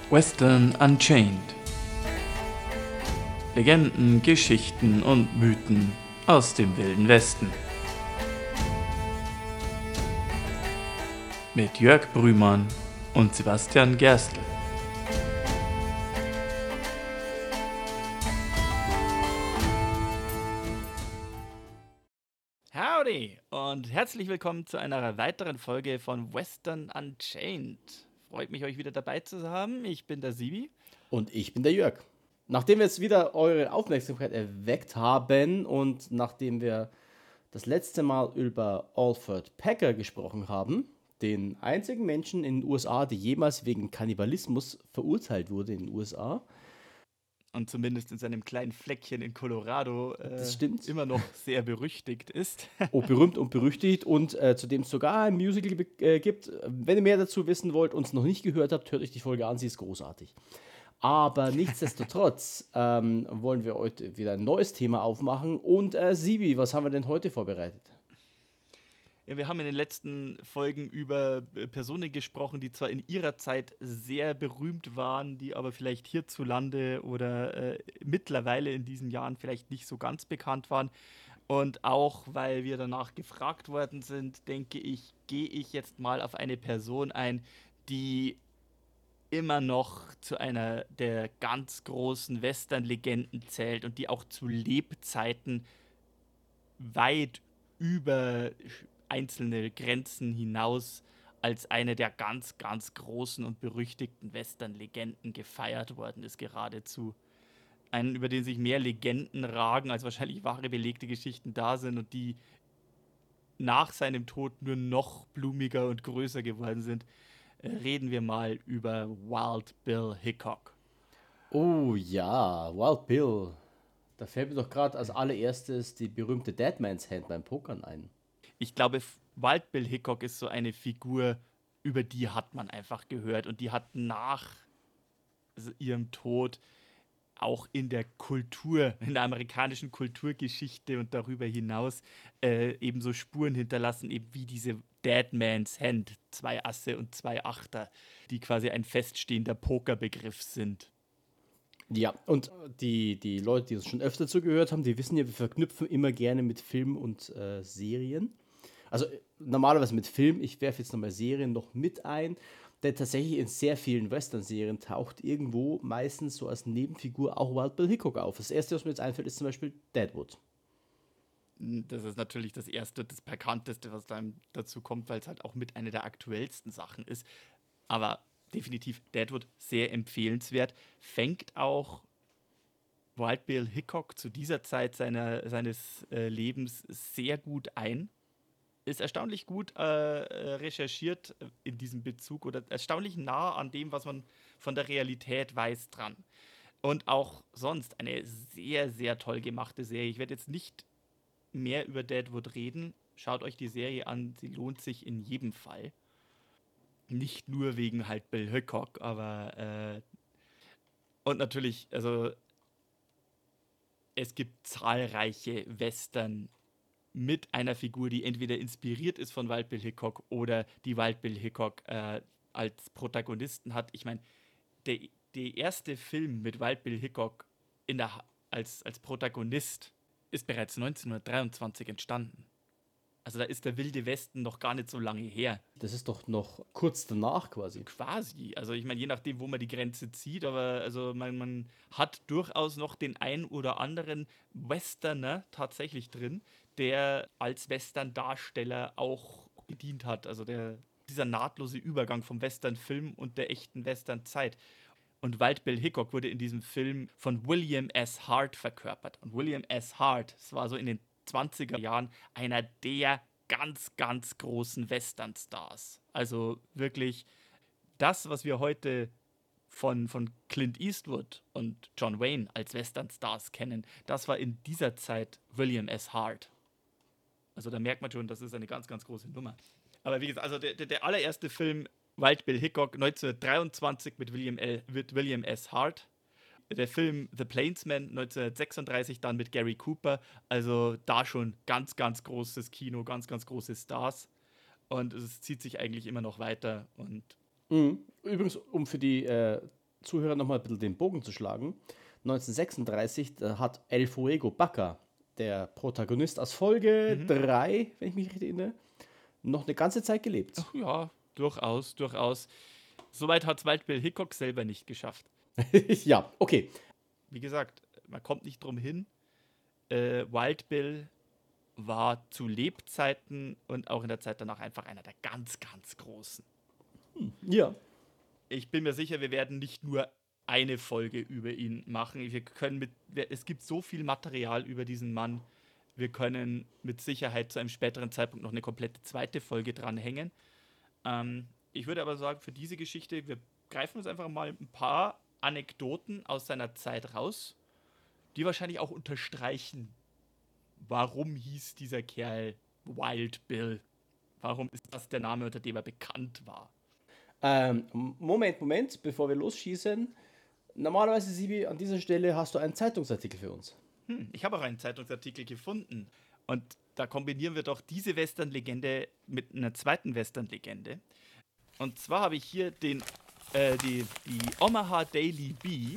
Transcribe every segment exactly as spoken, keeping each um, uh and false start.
Western Unchained. Legenden, Geschichten und Mythen aus dem Wilden Westen. Mit Jörg Brümann und Sebastian Gerstl. Howdy und herzlich willkommen zu einer weiteren Folge von Western Unchained. Freut mich, euch wieder dabei zu haben. Ich bin der Sibi. Und ich bin der Jörg. Nachdem wir jetzt wieder eure Aufmerksamkeit erweckt haben und nachdem wir das letzte Mal über Alfred Packer gesprochen haben, den einzigen Menschen in den U S A, der jemals wegen Kannibalismus verurteilt wurde in den U S A. Und zumindest in seinem kleinen Fleckchen in Colorado äh, Das stimmt. immer noch sehr berüchtigt ist. Oh, berühmt und berüchtigt und äh, zu dem es sogar ein Musical be- äh, gibt. Wenn ihr mehr dazu wissen wollt und es noch nicht gehört habt, hört euch die Folge an, sie ist großartig. Aber nichtsdestotrotz ähm, wollen wir heute wieder ein neues Thema aufmachen. Und äh, Sibi, was haben wir denn heute vorbereitet? Ja, wir haben in den letzten Folgen über äh, Personen gesprochen, die zwar in ihrer Zeit sehr berühmt waren, die aber vielleicht hierzulande oder äh, mittlerweile in diesen Jahren vielleicht nicht so ganz bekannt waren. Und auch, weil wir danach gefragt worden sind, denke ich, gehe ich jetzt mal auf eine Person ein, die immer noch zu einer der ganz großen Western-Legenden zählt und die auch zu Lebzeiten weit über einzelne Grenzen hinaus als eine der ganz, ganz großen und berüchtigten Western-Legenden gefeiert worden ist, geradezu. Einen, über den sich mehr Legenden ragen, als wahrscheinlich wahre belegte Geschichten da sind und die nach seinem Tod nur noch blumiger und größer geworden sind, äh, reden wir mal über Wild Bill Hickok. Oh ja, Wild Bill. Da fällt mir doch gerade als allererstes die berühmte Deadman's Hand beim Pokern ein. Ich glaube, Wild Bill Hickok ist so eine Figur, über die hat man einfach gehört und die hat nach ihrem Tod auch in der Kultur, in der amerikanischen Kulturgeschichte und darüber hinaus äh, eben so Spuren hinterlassen, eben wie diese Deadman's Hand, zwei Asse und zwei Achter, die quasi ein feststehender Pokerbegriff sind. Ja, und die, die Leute, die uns schon öfter zugehört haben, die wissen ja, wir verknüpfen immer gerne mit Film und äh, Serien. Also normalerweise mit Film, ich werfe jetzt nochmal Serien noch mit ein, denn tatsächlich in sehr vielen Western-Serien taucht irgendwo meistens so als Nebenfigur auch Wild Bill Hickok auf. Das erste, was mir jetzt einfällt, ist zum Beispiel Deadwood. Das ist natürlich das erste, das bekannteste, was dann dazu kommt, weil es halt auch mit einer der aktuellsten Sachen ist. Aber definitiv Deadwood sehr empfehlenswert. Fängt auch Wild Bill Hickok zu dieser Zeit seiner, seines äh, Lebens sehr gut ein. Ist erstaunlich gut äh, recherchiert in diesem Bezug oder erstaunlich nah an dem, was man von der Realität weiß, dran. Und auch sonst eine sehr, sehr toll gemachte Serie. Ich werde jetzt nicht mehr über Deadwood reden. Schaut euch die Serie an, sie lohnt sich in jedem Fall. Nicht nur wegen halt Bill Hickok, aber äh, und natürlich, also es gibt zahlreiche Western mit einer Figur, die entweder inspiriert ist von Wild Bill Hickok oder die Wild Bill Hickok äh, als Protagonisten hat. Ich meine, der, der erste Film mit Wild Bill Hickok in der, als, als Protagonist ist bereits neunzehnhundertdreiundzwanzig entstanden. Also da ist der Wilde Westen noch gar nicht so lange her. Das ist doch noch kurz danach quasi. Quasi. Also ich meine, je nachdem, wo man die Grenze zieht, aber also man, man hat durchaus noch den ein oder anderen Westerner tatsächlich drin, der als Western-Darsteller auch gedient hat. Also der, dieser nahtlose Übergang vom Western-Film und der echten Western-Zeit. Und Wild Bill Hickok wurde in diesem Film von William S. Hart verkörpert. Und William S. Hart, das war so in den zwanziger Jahren einer der ganz, ganz großen Western-Stars. Also wirklich das, was wir heute von, von Clint Eastwood und John Wayne als Western-Stars kennen, das war in dieser Zeit William S. Hart. Also da merkt man schon, das ist eine ganz, ganz große Nummer. Aber wie gesagt, also der, der allererste Film Wild Bill Hickok neunzehnhundertdreiundzwanzig mit William, L, mit William S. Hart. Der Film The Plainsman neunzehnhundertsechsunddreißig dann mit Gary Cooper. Also da schon ganz, ganz großes Kino, ganz, ganz große Stars. Und es zieht sich eigentlich immer noch weiter. Und Mhm. Übrigens, um für die äh, Zuhörern nochmal ein bisschen den Bogen zu schlagen. neunzehnhundertsechsunddreißig da hat El Fuego Bacca, der Protagonist aus Folge Mhm. drei, wenn ich mich richtig erinnere, noch eine ganze Zeit gelebt. Ach ja, durchaus, durchaus. Soweit hat es Wild Bill Hickok selber nicht geschafft. Ja, okay. Wie gesagt, man kommt nicht drum hin. Äh, Wild Bill war zu Lebzeiten und auch in der Zeit danach einfach einer der ganz, ganz Großen. Ja. Ich bin mir sicher, wir werden nicht nur eine Folge über ihn machen. Wir können mit, es gibt so viel Material über diesen Mann. Wir können mit Sicherheit zu einem späteren Zeitpunkt noch eine komplette zweite Folge dranhängen. Ähm, ich würde aber sagen, für diese Geschichte, wir greifen uns einfach mal ein paar Anekdoten aus seiner Zeit raus, die wahrscheinlich auch unterstreichen, warum hieß dieser Kerl Wild Bill? Warum ist das der Name, unter dem er bekannt war? Ähm, Moment, Moment, bevor wir losschießen. Normalerweise, Sibi, an dieser Stelle hast du einen Zeitungsartikel für uns. Hm, ich habe auch einen Zeitungsartikel gefunden. Und da kombinieren wir doch diese Western-Legende mit einer zweiten Western-Legende. Und zwar habe ich hier den, äh, die, die Omaha Daily Bee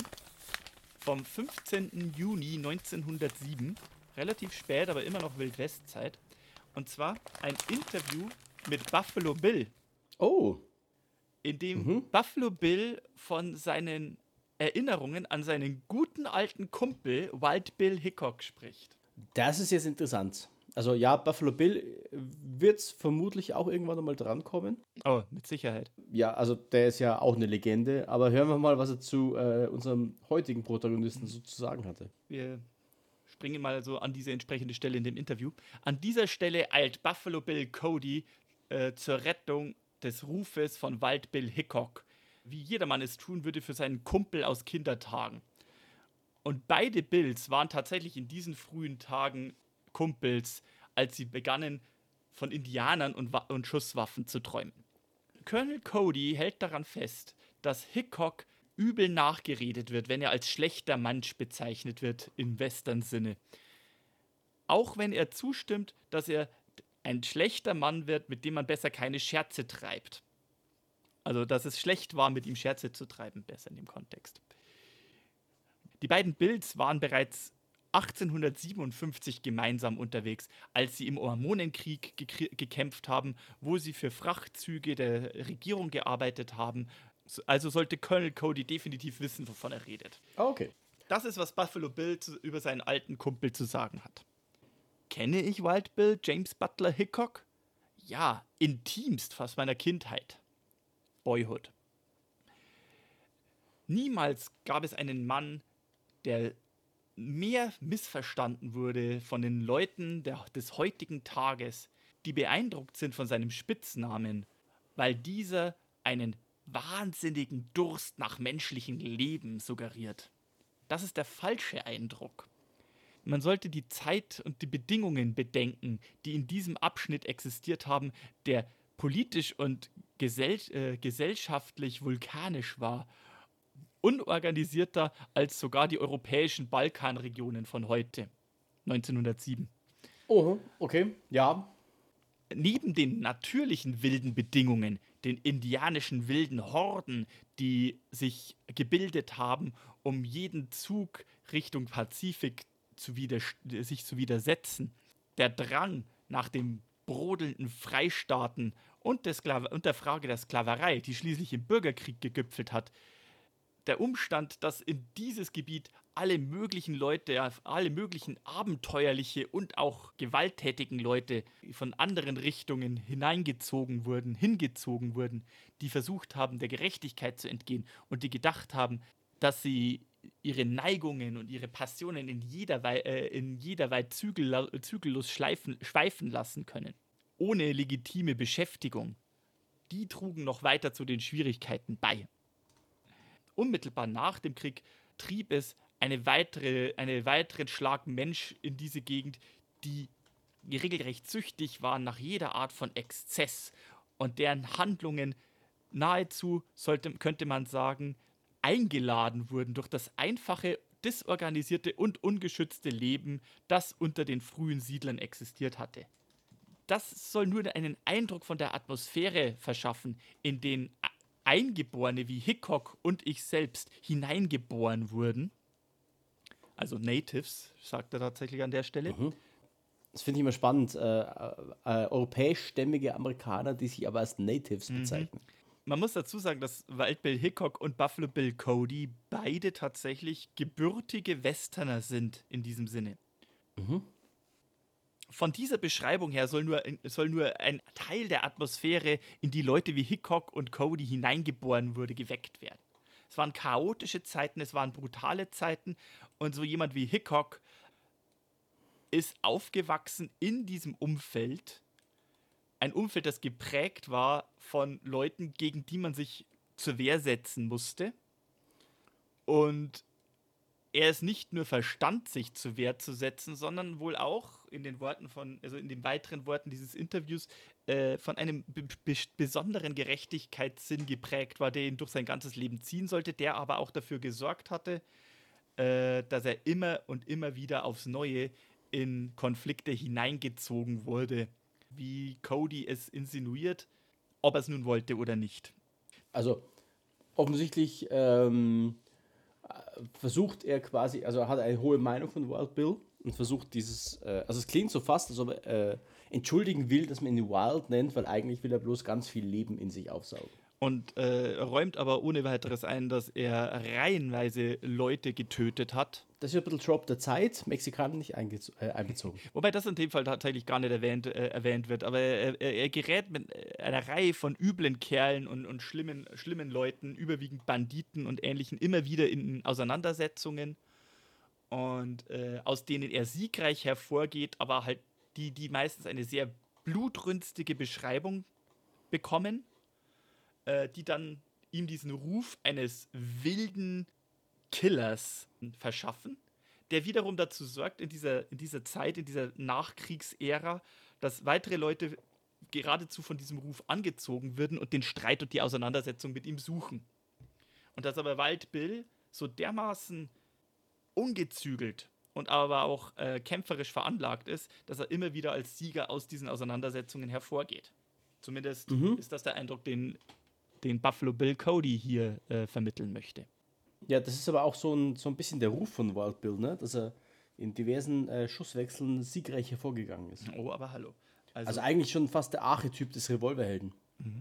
vom fünfzehnten Juni neunzehnhundertsieben. Relativ spät, aber immer noch Wildwestzeit. Und zwar ein Interview mit Buffalo Bill, Oh, in dem Mhm. Buffalo Bill von seinen Erinnerungen an seinen guten alten Kumpel Wild Bill Hickok spricht. das ist jetzt interessant. Also ja, Buffalo Bill wird vermutlich auch irgendwann einmal drankommen. Oh, mit Sicherheit. Ja, also der ist ja auch eine Legende, aber hören wir mal, was er zu äh, unserem heutigen Protagonisten so zu sagen hatte. Wir springen mal so an diese entsprechende Stelle in dem Interview. An dieser Stelle eilt Buffalo Bill Cody äh, zur Rettung des Rufes von Wild Bill Hickok, wie jedermann es tun würde für seinen Kumpel aus Kindertagen. Und beide Bills waren tatsächlich in diesen frühen Tagen Kumpels, als sie begannen, von Indianern und, Wa- und Schusswaffen zu träumen. Colonel Cody hält daran fest, dass Hickok übel nachgeredet wird, wenn er als schlechter Mensch bezeichnet wird im Western-Sinne. Auch wenn er zustimmt, dass er ein schlechter Mann wird, mit dem man besser keine Scherze treibt. Also, dass es schlecht war, mit ihm Scherze zu treiben, besser in dem Kontext. Die beiden Bills waren bereits achtzehnhundertsiebenundfünfzig gemeinsam unterwegs, als sie im Mormonenkrieg gekri- gekämpft haben, wo sie für Frachtzüge der Regierung gearbeitet haben. So- Also sollte Colonel Cody definitiv wissen, wovon er redet. Ah, okay. Das ist, was Buffalo Bill zu, über seinen alten Kumpel zu sagen hat. Kenne ich Wild Bill, James Butler Hickok? Ja, intimst aus meiner Kindheit. Boyhood. Niemals gab es einen Mann, der mehr missverstanden wurde von den Leuten der, des heutigen Tages, die beeindruckt sind von seinem Spitznamen, weil dieser einen wahnsinnigen Durst nach menschlichem Leben suggeriert. Das ist der falsche Eindruck. Man sollte die Zeit und die Bedingungen bedenken, die in diesem Abschnitt existiert haben, der politisch und gesell äh, gesellschaftlich vulkanisch war, unorganisierter als sogar die europäischen Balkanregionen von heute, neunzehnhundertsieben. Oh, okay. Ja. Neben den natürlichen wilden Bedingungen, den indianischen wilden Horden, die sich gebildet haben, um jeden Zug Richtung Pazifik zu wider- sich zu widersetzen, der Drang nach dem brodelnden Freistaaten und, der Sklav- und der Frage der Sklaverei, die schließlich im Bürgerkrieg gegipfelt hat, der Umstand, dass in dieses Gebiet alle möglichen Leute, alle möglichen abenteuerliche und auch gewalttätigen Leute von anderen Richtungen hineingezogen wurden, hingezogen wurden, die versucht haben, der Gerechtigkeit zu entgehen und die gedacht haben, dass sie ihre Neigungen und ihre Passionen in jeder, Wei äh, in jeder Weit zügel zügellos schleifen, schweifen lassen können, ohne legitime Beschäftigung. Die trugen noch weiter zu den Schwierigkeiten bei. Unmittelbar nach dem Krieg trieb es eine weitere, einen weiteren Schlag Mensch in diese Gegend, die regelrecht süchtig waren nach jeder Art von Exzess und deren Handlungen nahezu, sollte, könnte man sagen, eingeladen wurden durch das einfache, disorganisierte und ungeschützte Leben, das unter den frühen Siedlern existiert hatte. Das soll nur einen Eindruck von der Atmosphäre verschaffen, in den Eingeborene wie Hickok und ich selbst hineingeboren wurden. Also Natives, sagt er tatsächlich an der Stelle. Mhm. Das finde ich immer spannend. Äh, äh, äh, europäischstämmige Amerikaner, die sich aber als Natives Mhm. bezeichnen. Man muss dazu sagen, dass Wild Bill Hickok und Buffalo Bill Cody beide tatsächlich gebürtige Westerner sind in diesem Sinne. Mhm. Von dieser Beschreibung her soll nur, soll nur ein Teil der Atmosphäre, in die Leute wie Hickok und Cody hineingeboren wurde, geweckt werden. Es waren chaotische Zeiten, es waren brutale Zeiten und so jemand wie Hickok ist aufgewachsen in diesem Umfeld. Ein Umfeld, das geprägt war von Leuten, gegen die man sich zur Wehr setzen musste. Und er es nicht nur verstand, sich zur Wehr zu setzen, sondern wohl auch in den Worten von, also in den weiteren Worten dieses Interviews, äh, von einem b- b- besonderen Gerechtigkeitssinn geprägt war, der ihn durch sein ganzes Leben ziehen sollte, der aber auch dafür gesorgt hatte, äh, dass er immer und immer wieder aufs Neue in Konflikte hineingezogen wurde, wie Cody es insinuiert, ob er es nun wollte oder nicht. Also offensichtlich ähm, versucht er quasi, also er hat eine hohe Meinung von Wild Bill und versucht dieses, äh, also es klingt so fast, als ob er äh, entschuldigen will, dass man ihn Wild nennt, weil eigentlich will er bloß ganz viel Leben in sich aufsaugen. Und äh, räumt aber ohne weiteres ein, dass er reihenweise Leute getötet hat. Das ist ja ein bisschen Drop der Zeit, Mexikaner nicht eingez- äh, einbezogen. Wobei das in dem Fall tatsächlich gar nicht erwähnt, äh, erwähnt wird. Aber er, er, er gerät mit einer Reihe von üblen Kerlen und, und schlimmen, schlimmen Leuten, überwiegend Banditen und Ähnlichen, immer wieder in Auseinandersetzungen. Und äh, aus denen er siegreich hervorgeht, aber halt die, die meistens eine sehr blutrünstige Beschreibung bekommen, äh, die dann ihm diesen Ruf eines wilden Killers verschaffen, der wiederum dazu sorgt, in dieser, in dieser Zeit, in dieser Nachkriegsära, dass weitere Leute geradezu von diesem Ruf angezogen würden und den Streit und die Auseinandersetzung mit ihm suchen. Und dass aber Wild Bill so dermaßen ungezügelt und aber auch äh, kämpferisch veranlagt ist, dass er immer wieder als Sieger aus diesen Auseinandersetzungen hervorgeht. Zumindest Mhm. ist das der Eindruck, den, den Buffalo Bill Cody hier äh, vermitteln möchte. Ja, das ist aber auch so ein, so ein bisschen der Ruf von Wild Bill, ne? Dass er in diversen äh, Schusswechseln siegreich hervorgegangen ist. Oh, aber hallo. Also, Also eigentlich schon fast der Archetyp des Revolverhelden.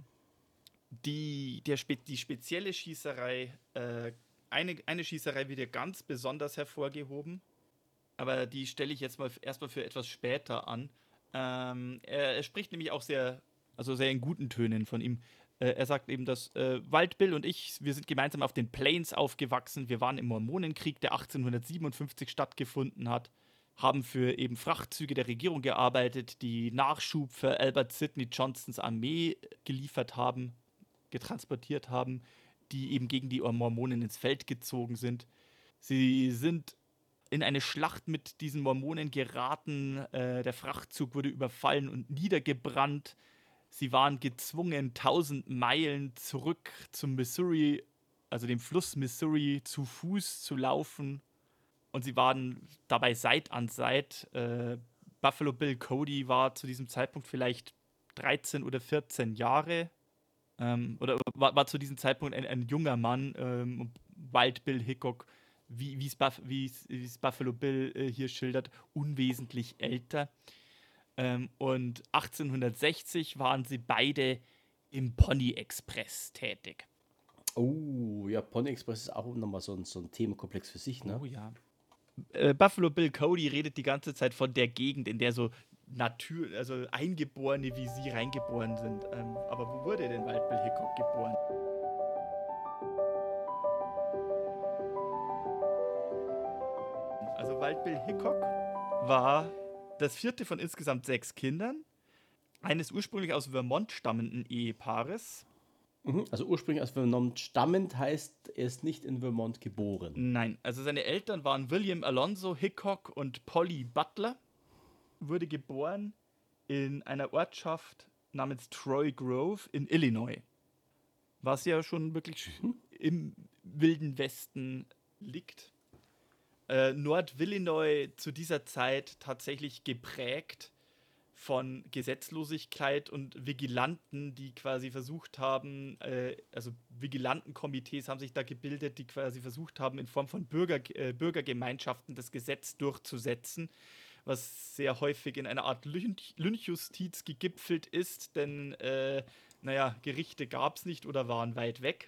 die, der Spe die spezielle Schießerei, äh, eine, eine Schießerei wird ja ganz besonders hervorgehoben, aber die stelle ich jetzt mal erstmal für etwas später an. Ähm, er, er spricht nämlich auch sehr, also sehr in guten Tönen von ihm. Äh, er sagt eben, dass äh, Wild Bill und ich, wir sind gemeinsam auf den Plains aufgewachsen. Wir waren im Mormonenkrieg, der achtzehnhundertsiebenundfünfzig stattgefunden hat, haben für eben Frachtzüge der Regierung gearbeitet, die Nachschub für Albert Sidney Johnsons Armee geliefert haben, getransportiert haben, die eben gegen die Mormonen ins Feld gezogen sind. Sie sind in eine Schlacht mit diesen Mormonen geraten. Äh, der Frachtzug wurde überfallen und niedergebrannt. Sie waren gezwungen, tausend Meilen zurück zum Missouri, also dem Fluss Missouri, zu Fuß zu laufen. Und sie waren dabei Seit an Seit. Äh, Buffalo Bill Cody war zu diesem Zeitpunkt vielleicht dreizehn oder vierzehn Jahre. Ähm, oder war, war zu diesem Zeitpunkt ein, ein junger Mann. Ähm, und Wild Bill Hickok, wie es Buff, Buffalo Bill äh, hier schildert, unwesentlich älter. Ähm, und achtzehnhundertsechzig waren sie beide im Pony Express tätig. Oh, ja, Pony Express ist auch nochmal so ein, so ein Themenkomplex für sich, ne? Oh ja. Äh, Buffalo Bill Cody redet die ganze Zeit von der Gegend, in der so Natur, also Eingeborene wie sie reingeboren sind. Ähm, aber wo wurde denn Wild Bill Hickok geboren? Also Wild Bill Hickok war das vierte von insgesamt sechs Kindern, eines ursprünglich aus Vermont stammenden Ehepaares. Mhm. Also ursprünglich aus Vermont stammend heißt, er ist nicht in Vermont geboren. Nein, also seine Eltern waren William Alonzo Hickok und Polly Butler. Wurde geboren in einer Ortschaft namens Troy Grove in Illinois, was ja schon wirklich Mhm. im wilden Westen liegt. Äh, Nord-Illinois zu dieser Zeit tatsächlich geprägt von Gesetzlosigkeit und Vigilanten, die quasi versucht haben, äh, also Vigilantenkomitees haben sich da gebildet, die quasi versucht haben, in Form von Bürger, äh, Bürgergemeinschaften das Gesetz durchzusetzen, was sehr häufig in einer Art Lynch Lynchjustiz gegipfelt ist, denn, äh, naja, Gerichte gab es nicht oder waren weit weg.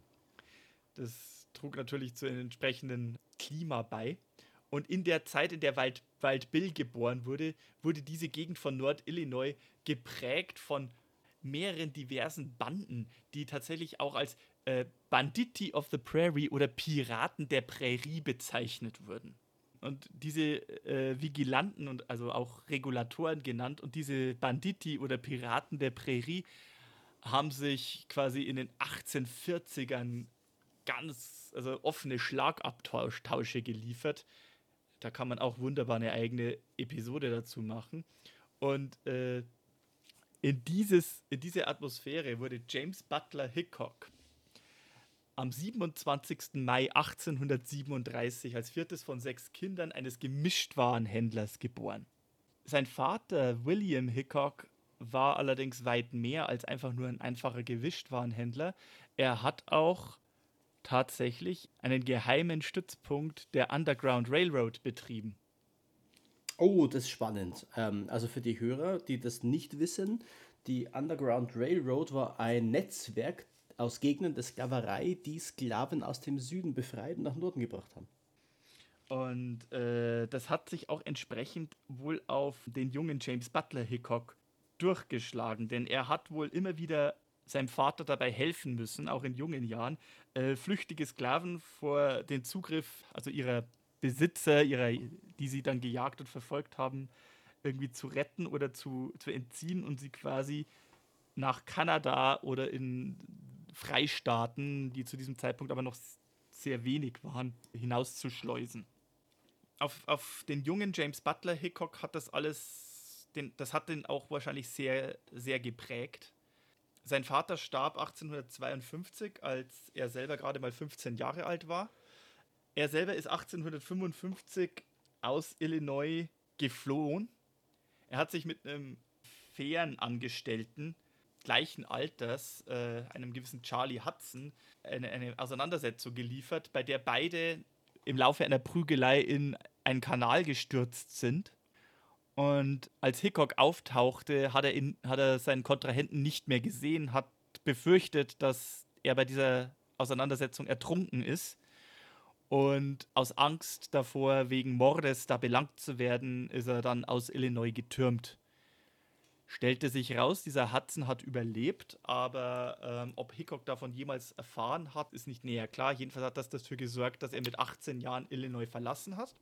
Das trug natürlich zu einem entsprechenden Klima bei. Und in der Zeit, in der Wild, Wild Bill geboren wurde, wurde diese Gegend von Nord-Illinois geprägt von mehreren diversen Banden, die tatsächlich auch als äh, Banditti of the Prairie oder Piraten der Prärie bezeichnet wurden. Und diese äh, Vigilanten und also auch Regulatoren genannt und diese Banditti oder Piraten der Prärie haben sich quasi in den achtzehnhundertvierzigern ganz also offene Schlagabtausche geliefert. Da kann man auch wunderbar eine eigene Episode dazu machen. Und äh, in, dieses, in diese Atmosphäre wurde James Butler Hickok am siebenundzwanzigsten Mai achtzehnhundertsiebenunddreißig als viertes von sechs Kindern eines Gemischtwarenhändlers geboren. Sein Vater William Hickok war allerdings weit mehr als einfach nur ein einfacher Gemischtwarenhändler. Er hat auch tatsächlich einen geheimen Stützpunkt der Underground Railroad betrieben. Oh, das ist spannend. Ähm, also für die Hörer, die das nicht wissen, die Underground Railroad war ein Netzwerk aus Gegenden der Sklaverei, die Sklaven aus dem Süden befreit und nach Norden gebracht haben. Und äh, das hat sich auch entsprechend wohl auf den jungen James Butler Hickok durchgeschlagen, denn er hat wohl immer wieder seinem Vater dabei helfen müssen, auch in jungen Jahren, äh, flüchtige Sklaven vor den Zugriff, also ihrer Besitzer, ihrer, die sie dann gejagt und verfolgt haben, irgendwie zu retten oder zu, zu entziehen und sie quasi nach Kanada oder in Freistaaten, die zu diesem Zeitpunkt aber noch sehr wenig waren, hinauszuschleusen. Auf, auf den jungen James Butler Hickok hat das alles, den, das hat den auch wahrscheinlich sehr, sehr geprägt. Sein Vater starb achtzehnhundertzweiundfünfzig, als er selber gerade mal fünfzehn Jahre alt war. Er selber ist achtzehnhundertfünfundfünfzig aus Illinois geflohen. Er hat sich mit einem Fährenangestellten gleichen Alters, äh, einem gewissen Charlie Hudson, eine, eine Auseinandersetzung geliefert, bei der beide im Laufe einer Prügelei in einen Kanal gestürzt sind. Und als Hickok auftauchte, hat er, ihn, hat er seinen Kontrahenten nicht mehr gesehen, hat befürchtet, dass er bei dieser Auseinandersetzung ertrunken ist. Und aus Angst davor, wegen Mordes da belangt zu werden, ist er dann aus Illinois getürmt. Stellte sich raus, dieser Hudson hat überlebt, aber ähm, ob Hickok davon jemals erfahren hat, ist nicht näher klar. Jedenfalls hat das dafür gesorgt, dass er mit achtzehn Jahren Illinois verlassen hat.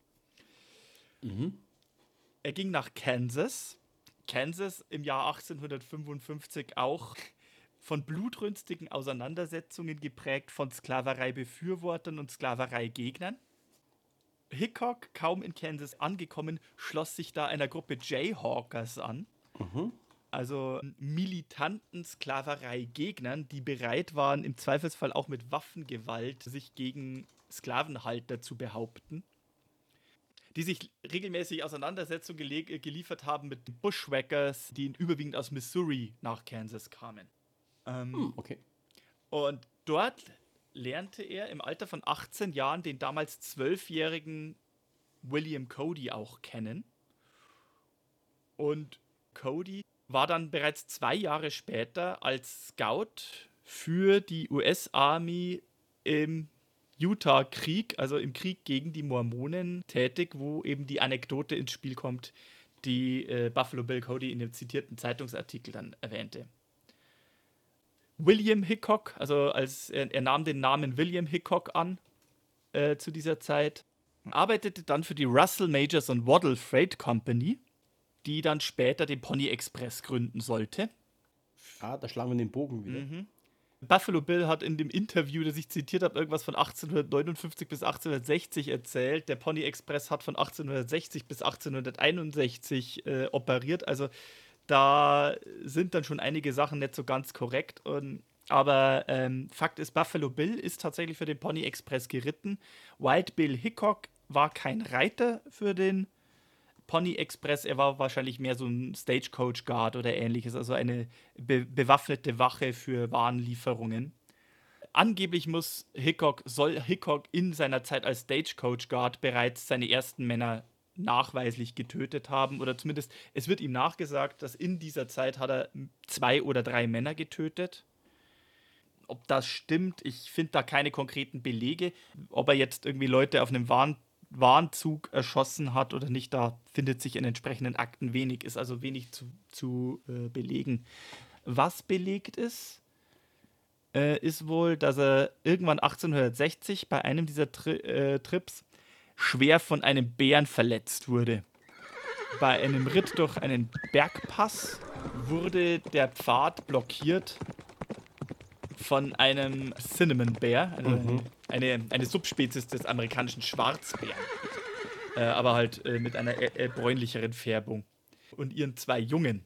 Mhm. Er ging nach Kansas. Kansas im Jahr achtzehnhundertfünfundfünfzig auch von blutrünstigen Auseinandersetzungen geprägt von Sklavereibefürwortern und Sklavereigegnern. Hickok, kaum in Kansas angekommen, schloss sich da einer Gruppe Jayhawkers an. Mhm. Also militanten Sklavereigegnern, die bereit waren, im Zweifelsfall auch mit Waffengewalt sich gegen Sklavenhalter zu behaupten. Die sich regelmäßig Auseinandersetzungen gelie- geliefert haben mit Bushwhackers, die überwiegend aus Missouri nach Kansas kamen. Ähm, Hm, okay. Und dort lernte er im Alter von achtzehn Jahren den damals zwölfjährigen William Cody auch kennen. Und Cody war dann bereits zwei Jahre später als Scout für die U S-Army im Utah-Krieg, also im Krieg gegen die Mormonen, tätig, wo eben die Anekdote ins Spiel kommt, die äh, Buffalo Bill Cody in dem zitierten Zeitungsartikel dann erwähnte. William Hickok, also als er, er nahm den Namen William Hickok an äh, zu dieser Zeit, arbeitete dann für die Russell Majors and Waddell Freight Company, die dann später den Pony Express gründen sollte. Ah, da schlagen wir den Bogen wieder. Mhm. Buffalo Bill hat in dem Interview, das ich zitiert habe, irgendwas von achtzehnhundertneunundfünfzig bis achtzehnhundertsechzig erzählt. Der Pony Express hat von achtzehnhundertsechzig bis achtzehnhunderteinundsechzig äh, operiert. Also da sind dann schon einige Sachen nicht so ganz korrekt. Und, aber ähm, Fakt ist, Buffalo Bill ist tatsächlich für den Pony Express geritten. Wild Bill Hickok war kein Reiter für den Pony Express, er war wahrscheinlich mehr so ein Stagecoach Guard oder ähnliches, also eine be- bewaffnete Wache für Warenlieferungen. Angeblich muss Hickok, soll Hickok in seiner Zeit als Stagecoach Guard bereits seine ersten Männer nachweislich getötet haben, oder zumindest es wird ihm nachgesagt, dass in dieser Zeit hat er zwei oder drei Männer getötet. Ob das stimmt, ich finde da keine konkreten Belege. Ob er jetzt irgendwie Leute auf einem Warn Warnzug erschossen hat oder nicht, da findet sich in entsprechenden Akten wenig, ist also wenig zu, zu äh, belegen. Was belegt ist, äh, ist wohl, dass er irgendwann achtzehnhundertsechzig bei einem dieser Tri äh, Trips schwer von einem Bären verletzt wurde. Bei einem Ritt durch einen Bergpass wurde der Pfad blockiert von einem Cinnamon Bear, also Mhm. eine, eine Subspezies des amerikanischen Schwarzbären, äh, aber halt äh, mit einer äh, äh, bräunlicheren Färbung. Und ihren zwei Jungen.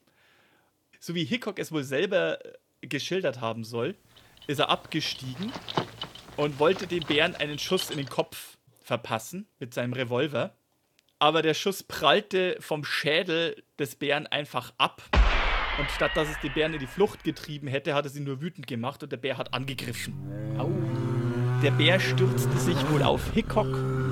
So wie Hickok es wohl selber äh, geschildert haben soll, ist er abgestiegen und wollte dem Bären einen Schuss in den Kopf verpassen mit seinem Revolver. Aber der Schuss prallte vom Schädel des Bären einfach ab. Und statt dass es den Bären in die Flucht getrieben hätte, hat es ihn nur wütend gemacht und der Bär hat angegriffen. Au. Der Bär stürzte sich wohl auf Hickok.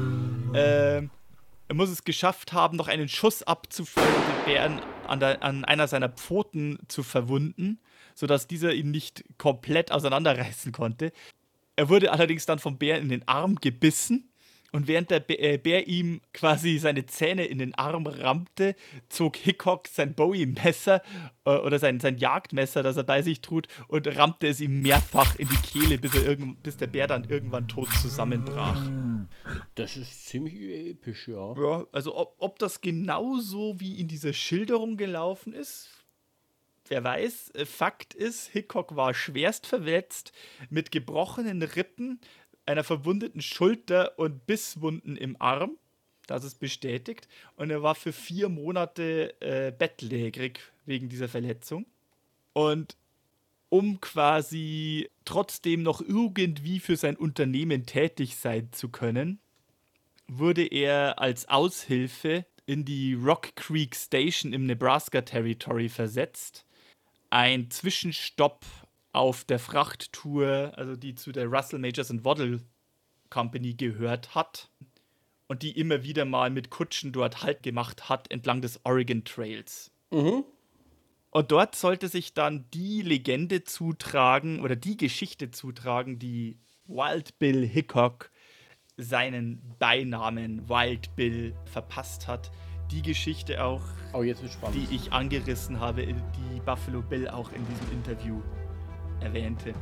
Ähm, er muss es geschafft haben, noch einen Schuss abzufeuern und den Bären an, der, an einer seiner Pfoten zu verwunden, sodass dieser ihn nicht komplett auseinanderreißen konnte. Er wurde allerdings dann vom Bär in den Arm gebissen. Und während der Bär ihm quasi seine Zähne in den Arm rammte, zog Hickok sein Bowie-Messer äh, oder sein, sein Jagdmesser, das er bei sich trug, und rammte es ihm mehrfach in die Kehle, bis, er irgend, bis der Bär dann irgendwann tot zusammenbrach. Das ist ziemlich episch, ja. Ja, also ob, ob das genauso wie in dieser Schilderung gelaufen ist, wer weiß. Fakt ist, Hickok war schwerst verletzt mit gebrochenen Rippen, einer verwundeten Schulter und Bisswunden im Arm. Das ist bestätigt. Und er war für vier Monate äh, bettlägerig wegen dieser Verletzung. Und um quasi trotzdem noch irgendwie für sein Unternehmen tätig sein zu können, wurde er als Aushilfe in die Rock Creek Station im Nebraska Territory versetzt. Ein Zwischenstopp auf der Frachttour, also die zu der Russell Majors and Waddell Company gehört hat und die immer wieder mal mit Kutschen dort Halt gemacht hat entlang des Oregon Trails. Mhm. Und dort sollte sich dann die Legende zutragen oder die Geschichte zutragen, die Wild Bill Hickok seinen Beinamen Wild Bill verpasst hat. Die Geschichte auch, Oh, jetzt wird spannend. die ich angerissen habe, die Buffalo Bill auch in diesem Interview erwähnte.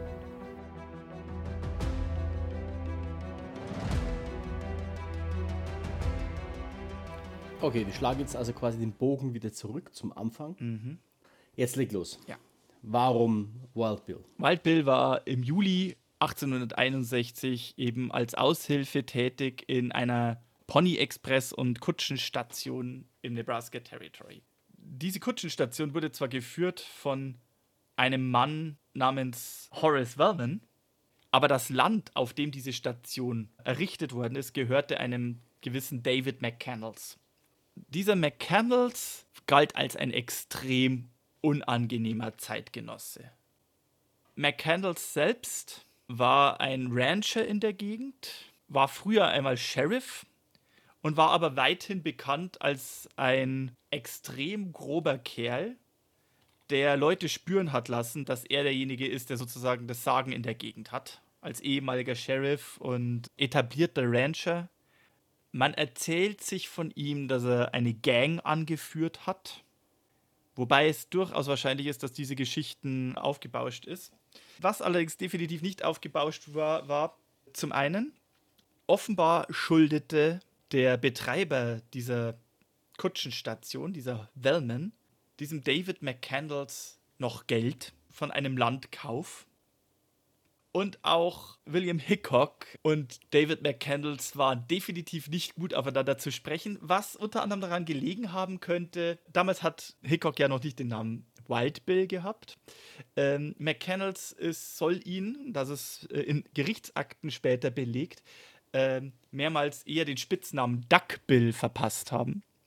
Okay, wir schlagen jetzt also quasi den Bogen wieder zurück zum Anfang. Mhm. Jetzt leg los. Ja. Warum Wild Bill? Wild Bill war im Juli achtzehnhunderteinundsechzig eben als Aushilfe tätig in einer Pony Express und Kutschenstation im Nebraska Territory. Diese Kutschenstation wurde zwar geführt von einem Mann namens Horace Wellman, aber das Land, auf dem diese Station errichtet worden ist, gehörte einem gewissen David McCandless. Dieser McCandless galt als ein extrem unangenehmer Zeitgenosse. McCandless selbst war ein Rancher in der Gegend, war früher einmal Sheriff und war aber weithin bekannt als ein extrem grober Kerl, der Leute spüren hat lassen, dass er derjenige ist, der sozusagen das Sagen in der Gegend hat. Als ehemaliger Sheriff und etablierter Rancher. Man erzählt sich von ihm, dass er eine Gang angeführt hat. Wobei es durchaus wahrscheinlich ist, dass diese Geschichten aufgebauscht ist. Was allerdings definitiv nicht aufgebauscht war, war zum einen, offenbar schuldete der Betreiber dieser Kutschenstation, dieser Wellman, diesem David McCandless noch Geld von einem Landkauf. Und auch William Hickok und David McCandless waren definitiv nicht gut aufeinander zu sprechen, was unter anderem daran gelegen haben könnte. Damals hat Hickok ja noch nicht den Namen Wild Bill gehabt. Ähm, McCandless ist, soll ihn, das ist äh, in Gerichtsakten später belegt, äh, mehrmals eher den Spitznamen Duck Bill verpasst haben.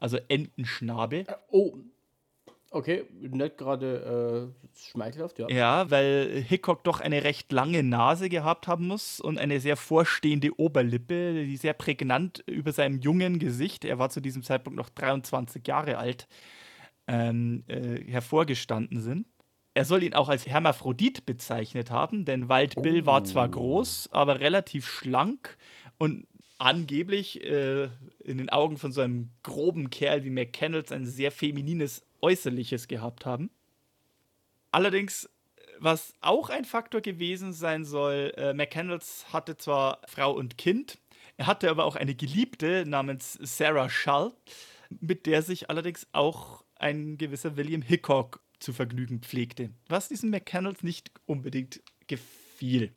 also Entenschnabel. Oh, okay, nicht gerade äh, schmeichelhaft, ja. Ja, weil Hickok doch eine recht lange Nase gehabt haben muss und eine sehr vorstehende Oberlippe, die sehr prägnant über seinem jungen Gesicht, er war zu diesem Zeitpunkt noch dreiundzwanzig Jahre alt, ähm, äh, hervorgestanden sind. Er soll ihn auch als Hermaphrodit bezeichnet haben, denn Wild Bill Oh. war zwar groß, aber relativ schlank und angeblich äh, in den Augen von so einem groben Kerl wie McCandles ein sehr feminines Äußerliches gehabt haben. Allerdings, was auch ein Faktor gewesen sein soll, äh, McCandles hatte zwar Frau und Kind, er hatte aber auch eine Geliebte namens Sarah Shull, mit der sich allerdings auch ein gewisser William Hickok zu vergnügen pflegte, was diesen McCandles nicht unbedingt gefiel.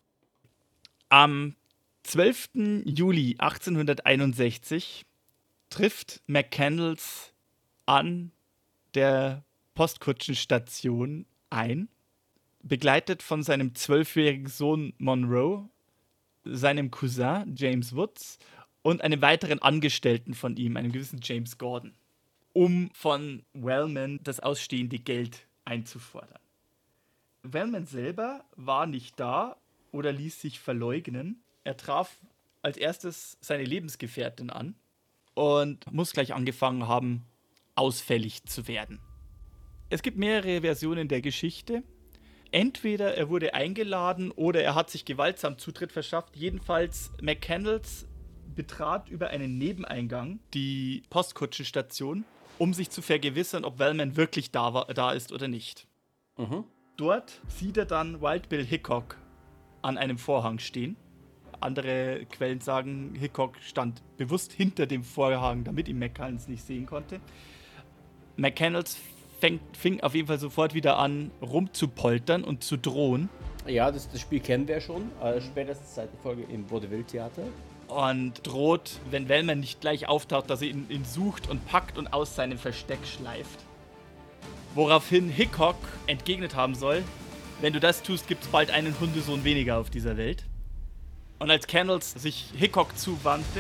Am zwölften Juli achtzehnhunderteinundsechzig trifft McCandles an der Postkutschenstation ein, begleitet von seinem zwölfjährigen Sohn Monroe, seinem Cousin James Woods und einem weiteren Angestellten von ihm, einem gewissen James Gordon, um von Wellman das ausstehende Geld einzufordern. Wellman selber war nicht da oder ließ sich verleugnen. Er traf als erstes seine Lebensgefährtin an und muss gleich angefangen haben, ausfällig zu werden. Es gibt mehrere Versionen der Geschichte. Entweder er wurde eingeladen oder er hat sich gewaltsam Zutritt verschafft. Jedenfalls, McCandles betrat über einen Nebeneingang die Postkutschenstation, um sich zu vergewissern, ob Wellman wirklich da, war, da ist oder nicht. Mhm. Dort sieht er dann Wild Bill Hickok an einem Vorhang stehen. Andere Quellen sagen, Hickok stand bewusst hinter dem Vorhang, damit ihn McCandles nicht sehen konnte. McCandles fing, fing auf jeden Fall sofort wieder an, rumzupoltern und zu drohen. Ja, das, das Spiel kennen wir schon, äh, spätestens seit der Folge im Vaudeville-Theater. Und droht, wenn Wellman nicht gleich auftaucht, dass er ihn, ihn sucht und packt und aus seinem Versteck schleift. Woraufhin Hickok entgegnet haben soll, wenn du das tust, gibt es bald einen Hundesohn weniger auf dieser Welt. Und als Candles sich Hickok zuwandte,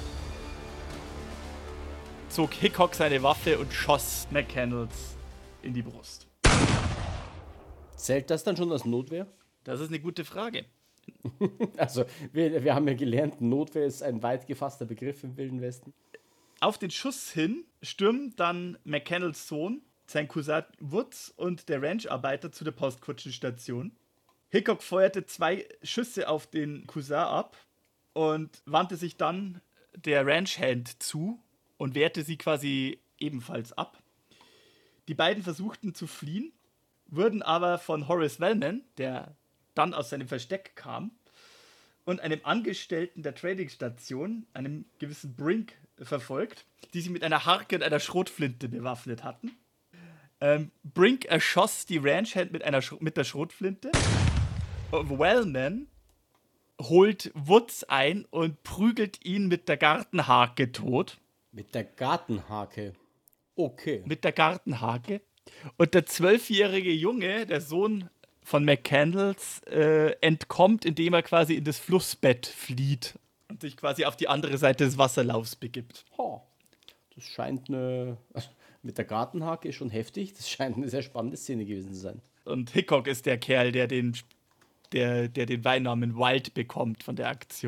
zog Hickok seine Waffe und schoss McCandles in die Brust. Zählt das dann schon als Notwehr? Das ist eine gute Frage. Also, wir, wir haben ja gelernt, Notwehr ist ein weit gefasster Begriff im Wilden Westen. Auf den Schuss hin stürmen dann McCandles Sohn, sein Cousin Woods und der Rancharbeiter zu der Postkutschenstation. Hickok feuerte zwei Schüsse auf den Cousin ab und wandte sich dann der Ranchhand zu und wehrte sie quasi ebenfalls ab. Die beiden versuchten zu fliehen, wurden aber von Horace Wellman, der dann aus seinem Versteck kam, und einem Angestellten der Tradingstation, einem gewissen Brink, verfolgt, die sie mit einer Harke und einer Schrotflinte bewaffnet hatten. Ähm, Brink erschoss die Ranchhand mit, einer Sch- mit der Schrotflinte. Wellman holt Woods ein und prügelt ihn mit der Gartenhake tot. Mit der Gartenhake. Okay. Mit der Gartenhake. Und der zwölfjährige Junge, der Sohn von McCandles, äh, entkommt, indem er quasi in das Flussbett flieht und sich quasi auf die andere Seite des Wasserlaufs begibt. Oh, das scheint eine... Mit der Gartenhake ist schon heftig. Das scheint eine sehr spannende Szene gewesen zu sein. Und Hickok ist der Kerl, der den, der, der den Beinamen Wild bekommt von der Aktion.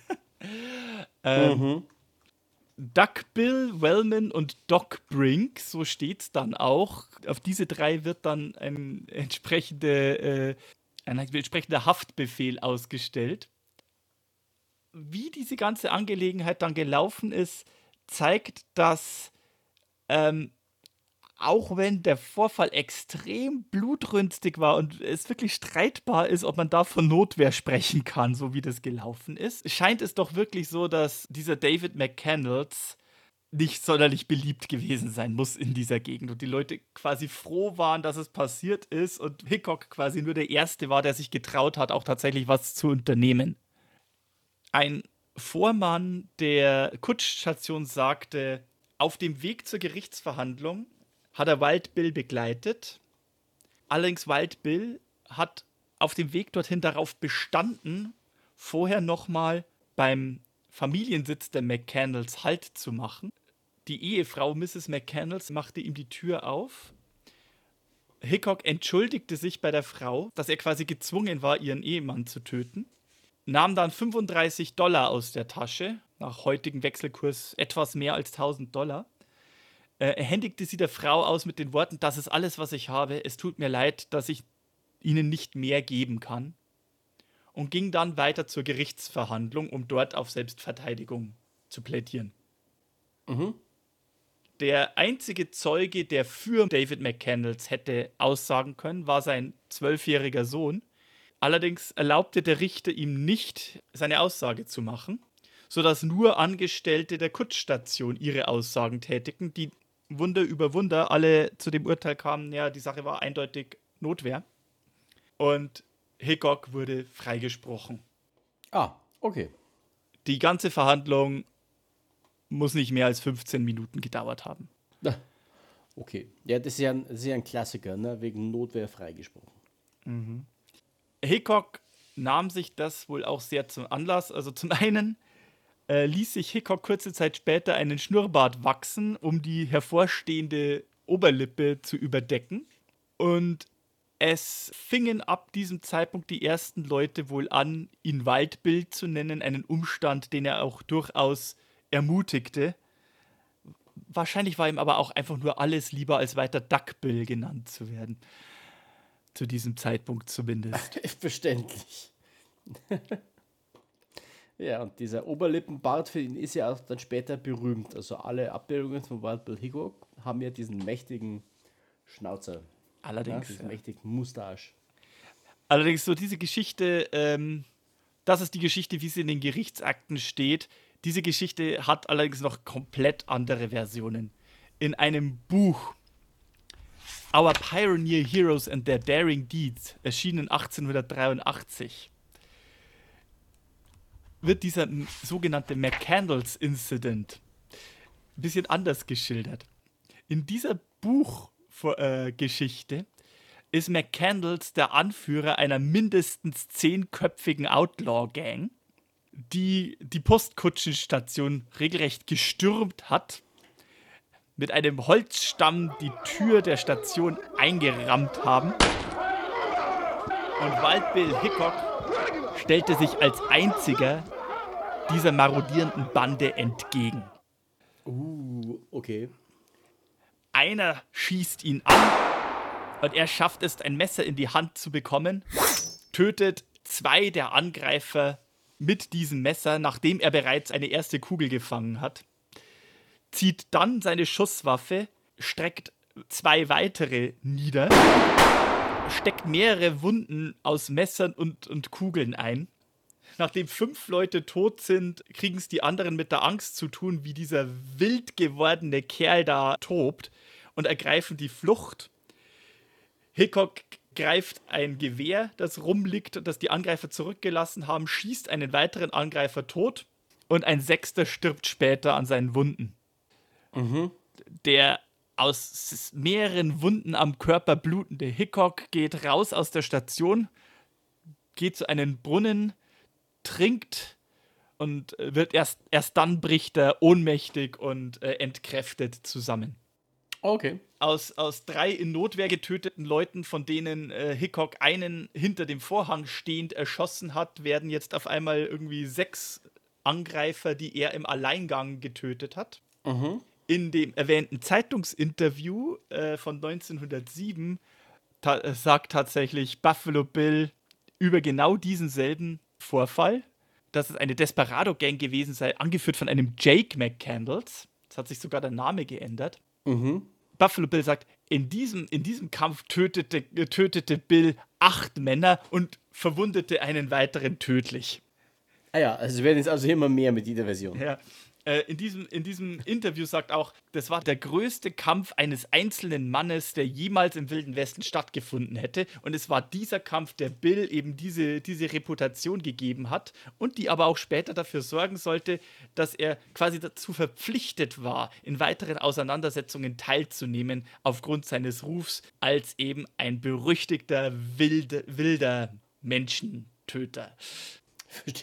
ähm, Mhm. Duck Bill, Wellman und Doc Brink, so steht's dann auch. Auf diese drei wird dann ein, entsprechende, äh, ein entsprechender Haftbefehl ausgestellt. Wie diese ganze Angelegenheit dann gelaufen ist, zeigt, dass ähm, auch wenn der Vorfall extrem blutrünstig war und es wirklich streitbar ist, ob man da von Notwehr sprechen kann, so wie das gelaufen ist, scheint es doch wirklich so, dass dieser David McCandles nicht sonderlich beliebt gewesen sein muss in dieser Gegend und die Leute quasi froh waren, dass es passiert ist und Hickok quasi nur der Erste war, der sich getraut hat, auch tatsächlich was zu unternehmen. Ein Vormann der Kutschstation sagte, auf dem Weg zur Gerichtsverhandlung hat er Wild Bill begleitet. Allerdings Wild Bill hat auf dem Weg dorthin darauf bestanden, vorher nochmal beim Familiensitz der McCandles Halt zu machen. Die Ehefrau Misses McCandles machte ihm die Tür auf. Hickok entschuldigte sich bei der Frau, dass er quasi gezwungen war, ihren Ehemann zu töten. Nahm dann fünfunddreißig Dollar aus der Tasche, nach heutigem Wechselkurs etwas mehr als tausend Dollar. Äh, er händigte sie der Frau aus mit den Worten, das ist alles, was ich habe, es tut mir leid, dass ich ihnen nicht mehr geben kann. Und ging dann weiter zur Gerichtsverhandlung, um dort auf Selbstverteidigung zu plädieren. Mhm. Der einzige Zeuge, der für David McCandles hätte aussagen können, war sein zwölfjähriger Sohn. Allerdings erlaubte der Richter ihm nicht, seine Aussage zu machen, sodass nur Angestellte der Kutschstation ihre Aussagen tätigten, die Wunder über Wunder alle zu dem Urteil kamen, ja, die Sache war eindeutig Notwehr. Und Hickok wurde freigesprochen. Ah, okay. Die ganze Verhandlung muss nicht mehr als fünfzehn Minuten gedauert haben. Okay. Ja, das ist ja ein, das ist ja ein Klassiker, ne? Wegen Notwehr freigesprochen. Mhm. Hickok nahm sich das wohl auch sehr zum Anlass. Also zum einen äh, ließ sich Hickok kurze Zeit später einen Schnurrbart wachsen, um die hervorstehende Oberlippe zu überdecken. Und es fingen ab diesem Zeitpunkt die ersten Leute wohl an, ihn Waldbill zu nennen, einen Umstand, den er auch durchaus ermutigte. Wahrscheinlich war ihm aber auch einfach nur alles lieber, als weiter Duckbill genannt zu werden. Zu diesem Zeitpunkt zumindest. Verständlich. Ja, und dieser Oberlippenbart für ihn ist ja auch dann später berühmt. Also alle Abbildungen von Wild Bill Hickok haben ja diesen mächtigen Schnauzer. Allerdings. Ja, diesen Ja. mächtigen Mustache. Allerdings so diese Geschichte, ähm, das ist die Geschichte, wie sie in den Gerichtsakten steht. Diese Geschichte hat allerdings noch komplett andere Versionen. In einem Buch, Our Pioneer Heroes and Their Daring Deeds, erschienen achtzehnhundertdreiundachtzig, wird dieser m- sogenannte McCandles Incident ein bisschen anders geschildert. In dieser Buchgeschichte äh, ist McCandles der Anführer einer mindestens zehnköpfigen Outlaw-Gang, die die Postkutschenstation regelrecht gestürmt hat, mit einem Holzstamm die Tür der Station eingerammt haben. Und Wild Bill Hickok stellte sich als einziger dieser marodierenden Bande entgegen. Uh, okay. Einer schießt ihn an und er schafft es, ein Messer in die Hand zu bekommen, tötet zwei der Angreifer mit diesem Messer, nachdem er bereits eine erste Kugel gefangen hat, zieht dann seine Schusswaffe, streckt zwei weitere nieder, steckt mehrere Wunden aus Messern und, und Kugeln ein. Nachdem fünf Leute tot sind, kriegen es die anderen mit der Angst zu tun, wie dieser wild gewordene Kerl da tobt, und ergreifen die Flucht. Hickok greift ein Gewehr, das rumliegt und das die Angreifer zurückgelassen haben, schießt einen weiteren Angreifer tot und ein sechster stirbt später an seinen Wunden. Mhm. Der aus mehreren Wunden am Körper blutende Hickok geht raus aus der Station, geht zu einem Brunnen, trinkt und wird erst, erst dann bricht er ohnmächtig und äh, entkräftet zusammen. Okay. Aus, aus drei in Notwehr getöteten Leuten, von denen äh, Hickok einen hinter dem Vorhang stehend erschossen hat, werden jetzt auf einmal irgendwie sechs Angreifer, die er im Alleingang getötet hat. Mhm. In dem erwähnten Zeitungsinterview äh, von neunzehnhundertsieben ta- äh, sagt tatsächlich Buffalo Bill über genau diesen selben Vorfall, dass es eine Desperado-Gang gewesen sei, angeführt von einem Jake McCandles. Es hat sich sogar der Name geändert. Mhm. Buffalo Bill sagt, in diesem, in diesem Kampf tötete, äh, tötete Bill acht Männer und verwundete einen weiteren tödlich. Ah ja, also es werden jetzt also immer mehr mit dieser Version. Ja. Äh, in, diesem, in diesem Interview sagt auch, das war der größte Kampf eines einzelnen Mannes, der jemals im Wilden Westen stattgefunden hätte. Und es war dieser Kampf, der Bill eben diese, diese Reputation gegeben hat und die aber auch später dafür sorgen sollte, dass er quasi dazu verpflichtet war, in weiteren Auseinandersetzungen teilzunehmen, aufgrund seines Rufs als eben ein berüchtigter wilde, wilder Menschentöter. Verstehe.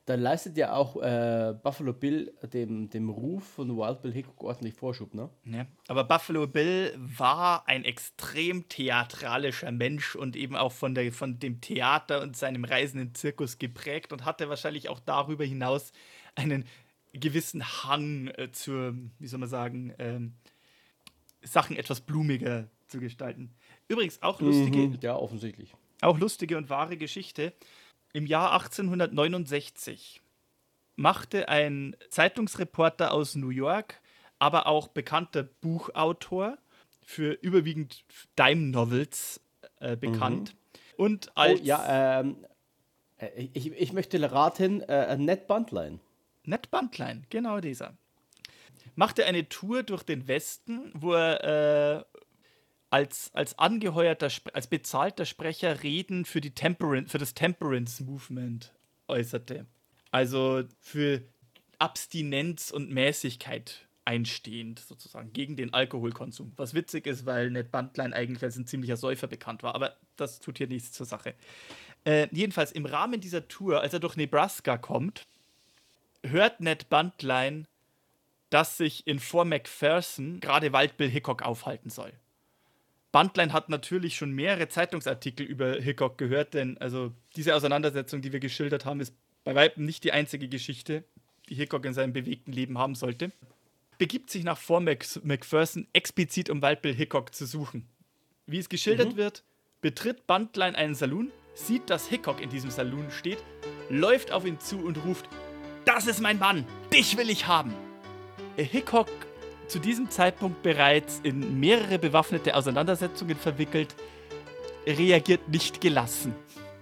Da leistet ja auch äh, Buffalo Bill dem, dem Ruf von Wild Bill Hickok ordentlich Vorschub, ne? Ja. Aber Buffalo Bill war ein extrem theatralischer Mensch und eben auch von, der, von dem Theater und seinem reisenden Zirkus geprägt und hatte wahrscheinlich auch darüber hinaus einen gewissen Hang äh, zur, wie soll man sagen, ähm, Sachen etwas blumiger zu gestalten. Übrigens auch lustige, Mhm, ja, offensichtlich. auch lustige und wahre Geschichte. Im Jahr achtzehnhundertneunundsechzig machte ein Zeitungsreporter aus New York, aber auch bekannter Buchautor, für überwiegend Dime-Novels äh, bekannt. Mhm. Und Oh, als ja, ähm, äh, ich, ich möchte raten, äh, Ned Buntline. Ned Buntline, genau dieser. Machte eine Tour durch den Westen, wo er äh, als, als angeheuerter, Spre- als bezahlter Sprecher Reden für, die Temperan- für das Temperance Movement äußerte. Also für Abstinenz und Mäßigkeit einstehend, sozusagen, gegen den Alkoholkonsum. Was witzig ist, weil Ned Buntline eigentlich als ein ziemlicher Säufer bekannt war, aber das tut hier nichts zur Sache. Äh, jedenfalls im Rahmen dieser Tour, als er durch Nebraska kommt, hört Ned Buntline, dass sich in Fort McPherson gerade Wild Bill Hickok aufhalten soll. Buntline hat natürlich schon mehrere Zeitungsartikel über Hickok gehört, denn also diese Auseinandersetzung, die wir geschildert haben, ist bei weitem nicht die einzige Geschichte, die Hickok in seinem bewegten Leben haben sollte. Begibt sich nach Fort McPherson explizit, um Wild Bill Hickok zu suchen. Wie es geschildert mhm. wird, betritt Buntline einen Saloon, sieht, dass Hickok in diesem Saloon steht, läuft auf ihn zu und ruft: Das ist mein Mann, dich will ich haben. Hickok, zu diesem Zeitpunkt bereits in mehrere bewaffnete Auseinandersetzungen verwickelt, reagiert nicht gelassen.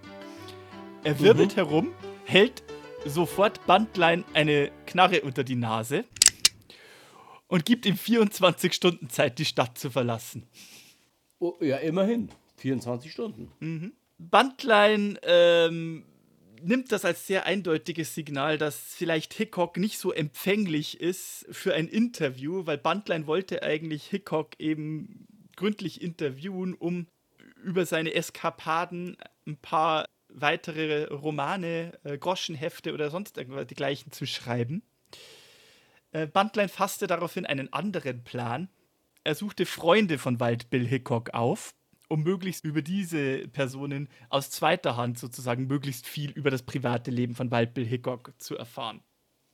Er wirbelt mhm. herum, hält sofort Buntline eine Knarre unter die Nase und gibt ihm vierundzwanzig Stunden Zeit, die Stadt zu verlassen. Oh, ja, immerhin. vierundzwanzig Stunden. Mhm. Buntline ähm, nimmt das als sehr eindeutiges Signal, dass vielleicht Hickok nicht so empfänglich ist für ein Interview, weil Buntline wollte eigentlich Hickok eben gründlich interviewen, um über seine Eskapaden ein paar weitere Romane, äh, Groschenhefte oder sonst irgendwas die gleichen zu schreiben. Äh, Buntline fasste daraufhin einen anderen Plan. Er suchte Freunde von Wild Bill Hickok auf, um möglichst über diese Personen aus zweiter Hand sozusagen möglichst viel über das private Leben von Wild Bill Hickok zu erfahren.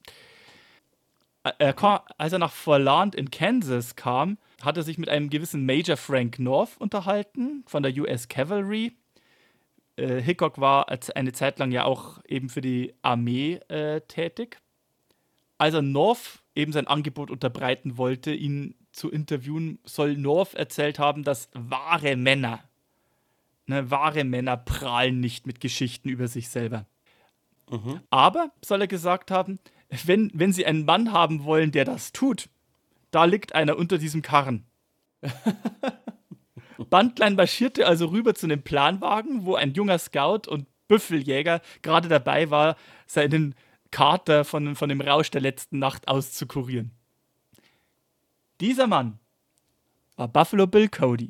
Er kam, als er nach Fort Larned in Kansas kam, hat er sich mit einem gewissen Major Frank North unterhalten von der U S Cavalry. Äh, Hickok war eine Zeit lang ja auch eben für die Armee äh, tätig. Als er North eben sein Angebot unterbreiten wollte, ihn zu interviewen, soll North erzählt haben, dass wahre Männer, ne, wahre Männer prahlen nicht mit Geschichten über sich selber. Mhm. Aber, soll er gesagt haben, wenn, wenn sie einen Mann haben wollen, der das tut, da liegt einer unter diesem Karren. Buntline marschierte also rüber zu einem Planwagen, wo ein junger Scout und Büffeljäger gerade dabei war, seinen Kater von, von dem Rausch der letzten Nacht auszukurieren. Dieser Mann war Buffalo Bill Cody.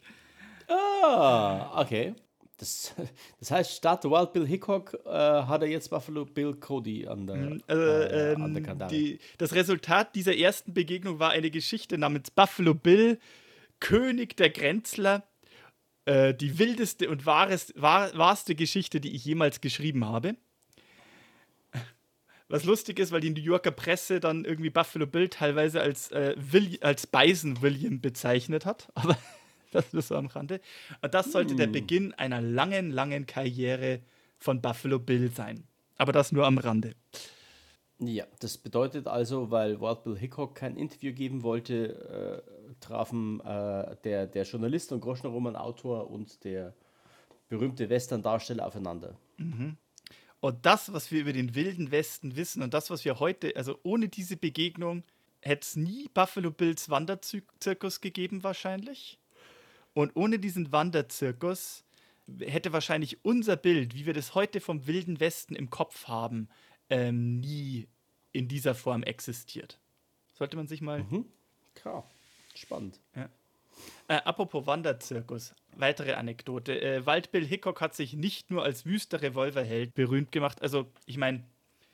Ah, okay. Das, das heißt, statt Wild Bill Hickok äh, hat er jetzt Buffalo Bill Cody an der, äh, ähm, an der Kandare. Die, das Resultat dieser ersten Begegnung war eine Geschichte namens Buffalo Bill, König der Grenzler. Äh, die wildeste und wahrest, wahr, wahrste Geschichte, die ich jemals geschrieben habe. Was lustig ist, weil die New Yorker Presse dann irgendwie Buffalo Bill teilweise als, äh, Will, als Bison William bezeichnet hat. Aber das ist so am Rande. Und das sollte hm. der Beginn einer langen, langen Karriere von Buffalo Bill sein. Aber das nur am Rande. Ja, das bedeutet also, weil Wild Bill Hickok kein Interview geben wollte, äh, trafen äh, der, der Journalist und Groschenroman-Autor und der berühmte Western-Darsteller aufeinander. Mhm. Und das, was wir über den Wilden Westen wissen und das, was wir heute, also ohne diese Begegnung, hätte es nie Buffalo Bills Wanderzirkus gegeben wahrscheinlich. Und ohne diesen Wanderzirkus hätte wahrscheinlich unser Bild, wie wir das heute vom Wilden Westen im Kopf haben, ähm, nie in dieser Form existiert. Sollte man sich mal... Mhm. Klar, spannend. Ja. Äh, apropos Wanderzirkus, weitere Anekdote. Äh, Wild Bill Hickok hat sich nicht nur als wüster Revolverheld berühmt gemacht. Also, ich meine,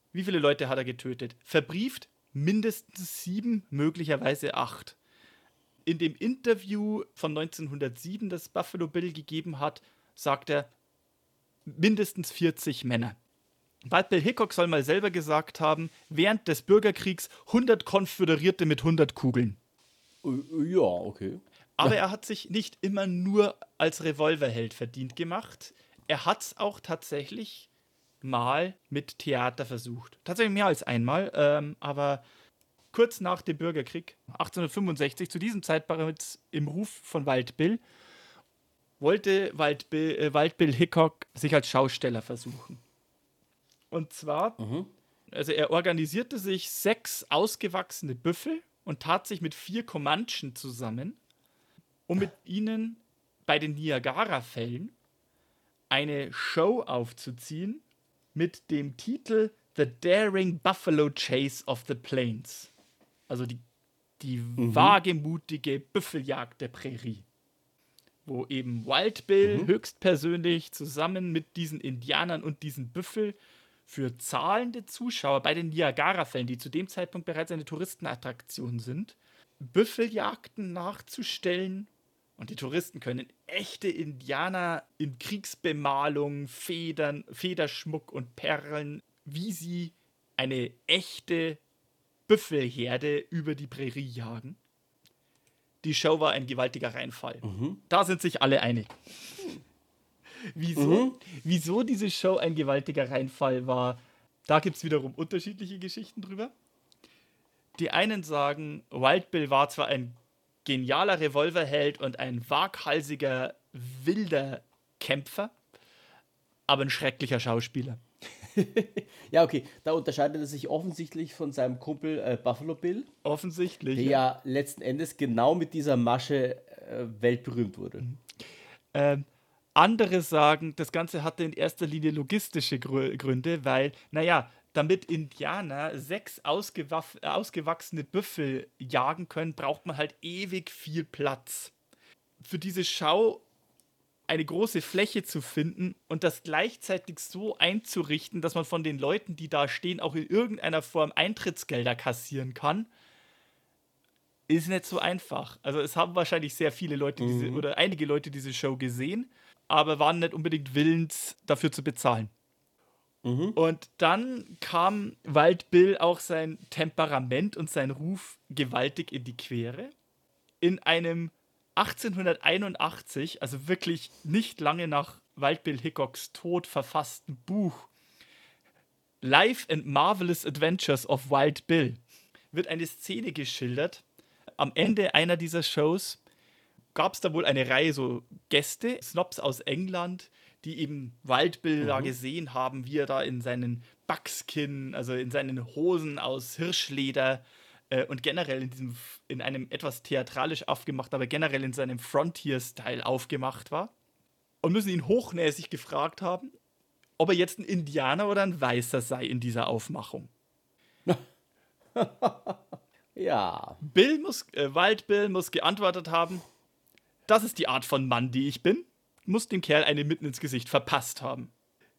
Wie viele Leute hat er getötet? Verbrieft mindestens sieben, möglicherweise acht. In dem Interview von neunzehnhundertsieben, das Buffalo Bill gegeben hat, sagt er, mindestens vierzig Männer. Wild Bill Hickok soll mal selber gesagt haben, während des Bürgerkriegs hundert Konföderierte mit hundert Kugeln. Ja, okay. Aber er hat sich nicht immer nur als Revolverheld verdient gemacht. Er hat es auch tatsächlich mal mit Theater versucht. Tatsächlich mehr als einmal, ähm, aber kurz nach dem Bürgerkrieg, achtzehnhundertfünfundsechzig, zu diesem Zeitpunkt im Ruf von Wild Bill, wollte Wild Bill, äh, Wild Bill Hickok sich als Schausteller versuchen. Und zwar, mhm. also er organisierte sich sechs ausgewachsene Büffel und tat sich mit vier Comanchen zusammen, um mit ihnen bei den Niagara-Fällen eine Show aufzuziehen mit dem Titel The Daring Buffalo Chase of the Plains. Also die, die mhm. wagemutige Büffeljagd der Prärie. Wo eben Wild Bill mhm. höchstpersönlich zusammen mit diesen Indianern und diesen Büffel für zahlende Zuschauer bei den Niagara-Fällen, die zu dem Zeitpunkt bereits eine Touristenattraktion sind, Büffeljagden nachzustellen. Und die Touristen können echte Indianer in Kriegsbemalung, Federn, Federschmuck und Perlen, wie sie eine echte Büffelherde über die Prärie jagen. Die Show war ein gewaltiger Reinfall. Mhm. Da sind sich alle einig. Wieso, mhm. wieso diese Show ein gewaltiger Reinfall war, da gibt es wiederum unterschiedliche Geschichten drüber. Die einen sagen, Wild Bill war zwar ein genialer Revolverheld und ein waghalsiger, wilder Kämpfer, aber ein schrecklicher Schauspieler. Ja, okay, da unterscheidet er sich offensichtlich von seinem Kumpel äh, Buffalo Bill. Offensichtlich. Der ja. ja letzten Endes genau mit dieser Masche äh, weltberühmt wurde. Mhm. Ähm, andere sagen, das Ganze hatte in erster Linie logistische Grü- Gründe, weil, naja, damit Indianer sechs ausgewaff- ausgewachsene Büffel jagen können, braucht man halt ewig viel Platz. Für diese Schau eine große Fläche zu finden und das gleichzeitig so einzurichten, dass man von den Leuten, die da stehen, auch in irgendeiner Form Eintrittsgelder kassieren kann, ist nicht so einfach. Also es haben wahrscheinlich sehr viele Leute diese, mhm. oder einige Leute diese Show gesehen, aber waren nicht unbedingt willens, dafür zu bezahlen. Mhm. Und dann kam Wild Bill auch sein Temperament und sein Ruf gewaltig in die Quere. In einem achtzehnhunderteinundachtzig, also wirklich nicht lange nach Wild Bill Hickoks Tod verfassten Buch Life and Marvelous Adventures of Wild Bill wird eine Szene geschildert. Am Ende einer dieser Shows gab es da wohl eine Reihe so Gäste, Snobs aus England, die eben Wild Bill mhm. da gesehen haben, wie er da in seinen Buckskin, also in seinen Hosen aus Hirschleder äh, und generell in diesem, in einem etwas theatralisch aufgemacht, aber generell in seinem Frontier-Style aufgemacht war. Und müssen ihn hochnäsig gefragt haben, ob er jetzt ein Indianer oder ein Weißer sei in dieser Aufmachung. Ja. Bill muss, äh, Wild Bill muss geantwortet haben, das ist die Art von Mann, die ich bin. Muss dem Kerl eine mitten ins Gesicht verpasst haben.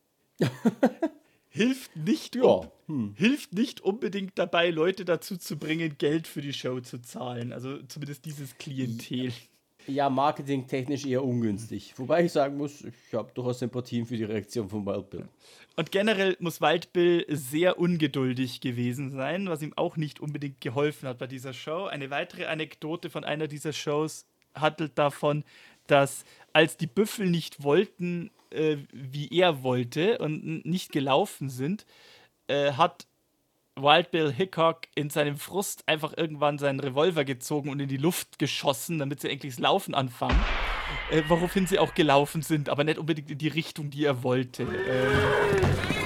hilft, nicht ja. um, hm. hilft nicht unbedingt dabei, Leute dazu zu bringen, Geld für die Show zu zahlen. Also zumindest dieses Klientel. Ja, marketingtechnisch eher ungünstig. Wobei ich sagen muss, ich habe durchaus Sympathien für die Reaktion von Wild Bill. Und generell muss Wild Bill sehr ungeduldig gewesen sein, was ihm auch nicht unbedingt geholfen hat bei dieser Show. Eine weitere Anekdote von einer dieser Shows handelt davon, dass als die Büffel nicht wollten, äh, wie er wollte und nicht gelaufen sind, äh, hat Wild Bill Hickok in seinem Frust einfach irgendwann seinen Revolver gezogen und in die Luft geschossen, damit sie endlich das Laufen anfangen. Äh, woraufhin sie auch gelaufen sind, aber nicht unbedingt in die Richtung, die er wollte. Äh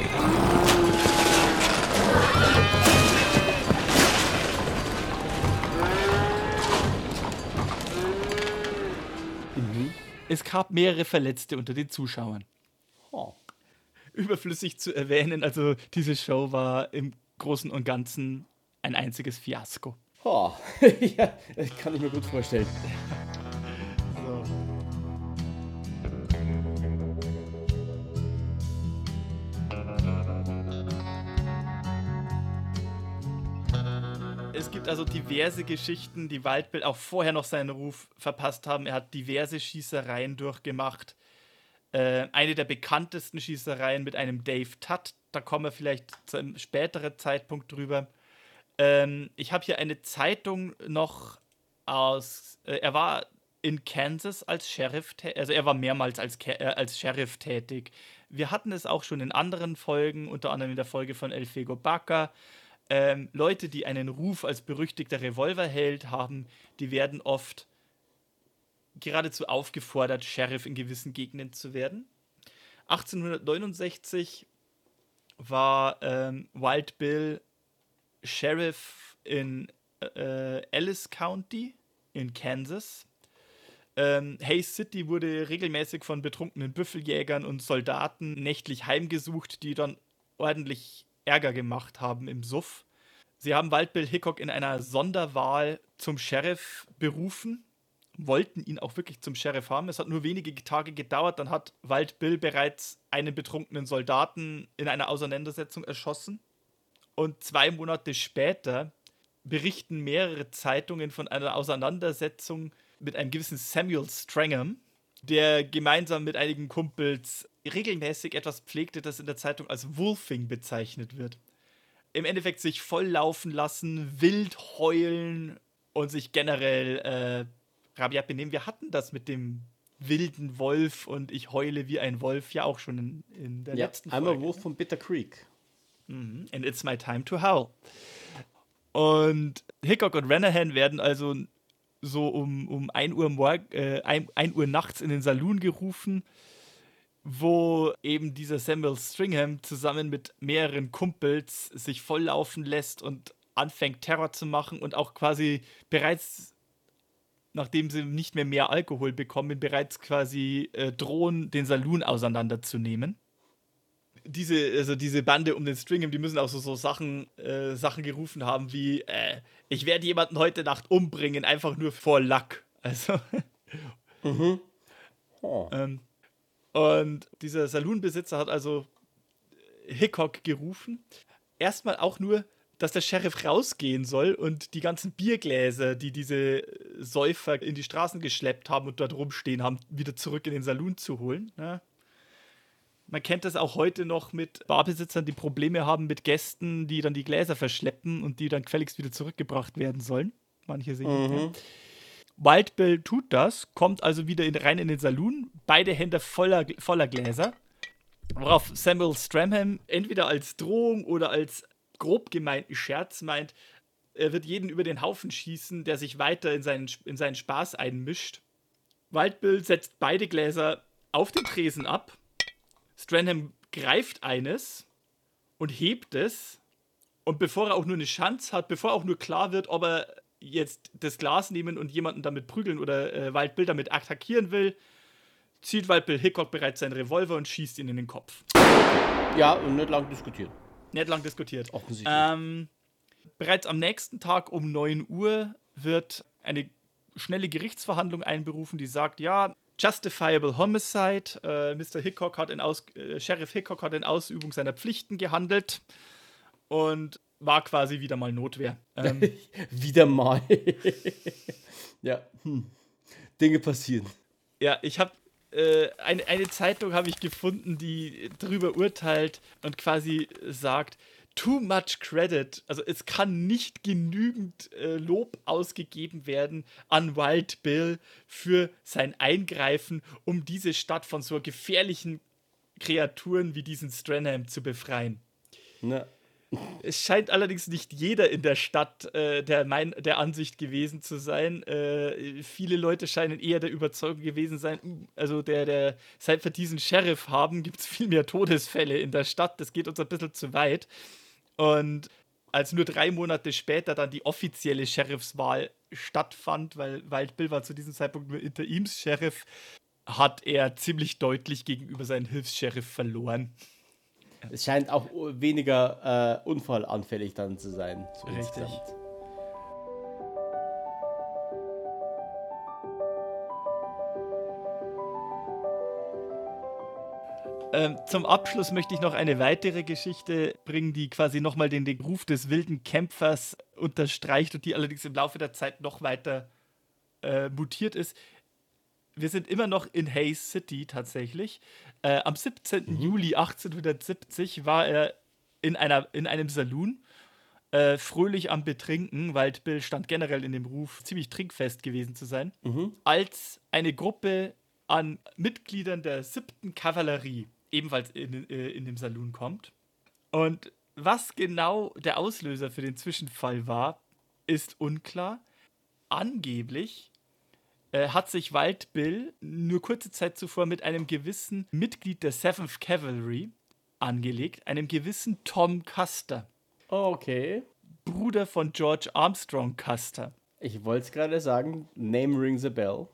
Es gab mehrere Verletzte unter den Zuschauern. Oh. Überflüssig zu erwähnen, also diese Show war im Großen und Ganzen ein einziges Fiasko. Oh. Ja, das kann ich mir gut vorstellen. So. Es gibt also diverse Geschichten, die Wild Bill auch vorher noch seinen Ruf verpasst haben. Er hat diverse Schießereien durchgemacht. Äh, eine der bekanntesten Schießereien mit einem Dave Tutt. Da kommen wir vielleicht zu einem späteren Zeitpunkt drüber. Ähm, ich habe hier eine Zeitung noch aus. Äh, er war in Kansas als Sheriff, tä- also er war mehrmals als, Ke- äh, als Sheriff tätig. Wir hatten es auch schon in anderen Folgen, unter anderem in der Folge von El Fego Baca. Ähm, Leute, die einen Ruf als berüchtigter Revolverheld haben, die werden oft geradezu aufgefordert, Sheriff in gewissen Gegenden zu werden. achtzehnhundertneunundsechzig war ähm, Wild Bill Sheriff in äh, Ellis County in Kansas. Ähm, Hays City wurde regelmäßig von betrunkenen Büffeljägern und Soldaten nächtlich heimgesucht, die dann ordentlich Ärger gemacht haben im Suff. Sie haben Wild Bill Hickok in einer Sonderwahl zum Sheriff berufen, wollten ihn auch wirklich zum Sheriff haben. Es hat nur wenige Tage gedauert, dann hat Wild Bill bereits einen betrunkenen Soldaten in einer Auseinandersetzung erschossen. Und zwei Monate später berichten mehrere Zeitungen von einer Auseinandersetzung mit einem gewissen Samuel Strangham, der gemeinsam mit einigen Kumpels regelmäßig etwas pflegte, das in der Zeitung als Wolfing bezeichnet wird. Im Endeffekt sich volllaufen lassen, wild heulen und sich generell äh, rabiat benehmen. Wir hatten das mit dem wilden Wolf und ich heule wie ein Wolf ja auch schon in, in der Ja, letzten einmal Folge. Wolf von Bitter Creek. Mhm. And it's my time to howl. Und Hickok und Renahan werden also so um, um ein Uhr morg- äh, ein, ein Uhr nachts in den Saloon gerufen, wo eben dieser Samuel Stringham zusammen mit mehreren Kumpels sich volllaufen lässt und anfängt Terror zu machen und auch quasi bereits, nachdem sie nicht mehr mehr Alkohol bekommen, bereits quasi äh, drohen, den Saloon auseinanderzunehmen. Diese, also diese Bande um den Stringham, die müssen auch so, so Sachen, äh, Sachen gerufen haben wie, äh, ich werde jemanden heute Nacht umbringen, einfach nur vor Luck. Also. Mhm. Oh. ähm, und dieser Saloonbesitzer hat also Hickok gerufen. Erstmal auch nur, dass der Sheriff rausgehen soll und die ganzen Biergläser, die diese Säufer in die Straßen geschleppt haben und dort rumstehen haben, wieder zurück in den Saloon zu holen. Ja. Man kennt das auch heute noch mit Barbesitzern, die Probleme haben mit Gästen, die dann die Gläser verschleppen und die dann gefälligst wieder zurückgebracht werden sollen. Manche sehen Mhm. nicht mehr. Wild Bill tut das, kommt also wieder in, rein in den Saloon, beide Hände voller, voller Gläser, worauf Samuel Stramham entweder als Drohung oder als grob gemeinten Scherz meint, er wird jeden über den Haufen schießen, der sich weiter in seinen, in seinen Spaß einmischt. Wild Bill setzt beide Gläser auf den Tresen ab. Stranham greift eines und hebt es. Und bevor er auch nur eine Chance hat, bevor auch nur klar wird, ob er jetzt das Glas nehmen und jemanden damit prügeln oder äh, Wild Bill damit attackieren will, zieht Wild Bill Hickok bereits seinen Revolver und schießt ihn in den Kopf. Ja, und nicht lang diskutieren. Nicht lang diskutiert. Offensichtlich. Ähm, bereits am nächsten Tag um neun Uhr wird eine schnelle Gerichtsverhandlung einberufen, die sagt, ja, Justifiable Homicide, äh, Mister Hickok hat in Aus äh, Sheriff Hickok hat in Ausübung seiner Pflichten gehandelt und war quasi wieder mal Notwehr. Ähm, Wieder mal. Ja, hm. Dinge passieren. ja, ich habe äh, eine, eine Zeitung habe ich gefunden, die darüber urteilt und quasi sagt, too much credit, also es kann nicht genügend äh, Lob ausgegeben werden an Wild Bill für sein Eingreifen, um diese Stadt von so gefährlichen Kreaturen wie diesen Stranham zu befreien. Na. Es scheint allerdings nicht jeder in der Stadt äh, der, mein, der Ansicht gewesen zu sein. Äh, viele Leute scheinen eher der Überzeugung gewesen sein, also der, der seit wir diesen Sheriff haben, gibt es viel mehr Todesfälle in der Stadt. Das geht uns ein bisschen zu weit. Und als nur drei Monate später dann die offizielle Sheriffswahl stattfand, weil Wild Bill war zu diesem Zeitpunkt nur Interims-Sheriff, hat er ziemlich deutlich gegenüber seinem Hilfs-Sheriff verloren. Es scheint auch weniger äh, unfallanfällig dann zu sein. So Richtig. insgesamt. Ähm, zum Abschluss möchte ich noch eine weitere Geschichte bringen, die quasi nochmal den, den Ruf des wilden Kämpfers unterstreicht und die allerdings im Laufe der Zeit noch weiter äh, mutiert ist. Wir sind immer noch in Haze City tatsächlich. Äh, am siebzehnten Juli achtzehnhundertsiebzig war er in, einer, in einem Saloon äh, fröhlich am Betrinken. Wild Bill stand generell in dem Ruf, ziemlich trinkfest gewesen zu sein, Mhm. als eine Gruppe an Mitgliedern der siebten Kavallerie ebenfalls in, äh, in dem Saloon kommt. Und was genau der Auslöser für den Zwischenfall war, ist unklar. Angeblich äh, hat sich Wild Bill nur kurze Zeit zuvor mit einem gewissen Mitglied der seventh Cavalry angelegt, einem gewissen Tom Custer, Okay. Bruder von George Armstrong Custer. Ich wollte es gerade sagen, Name rings a bell.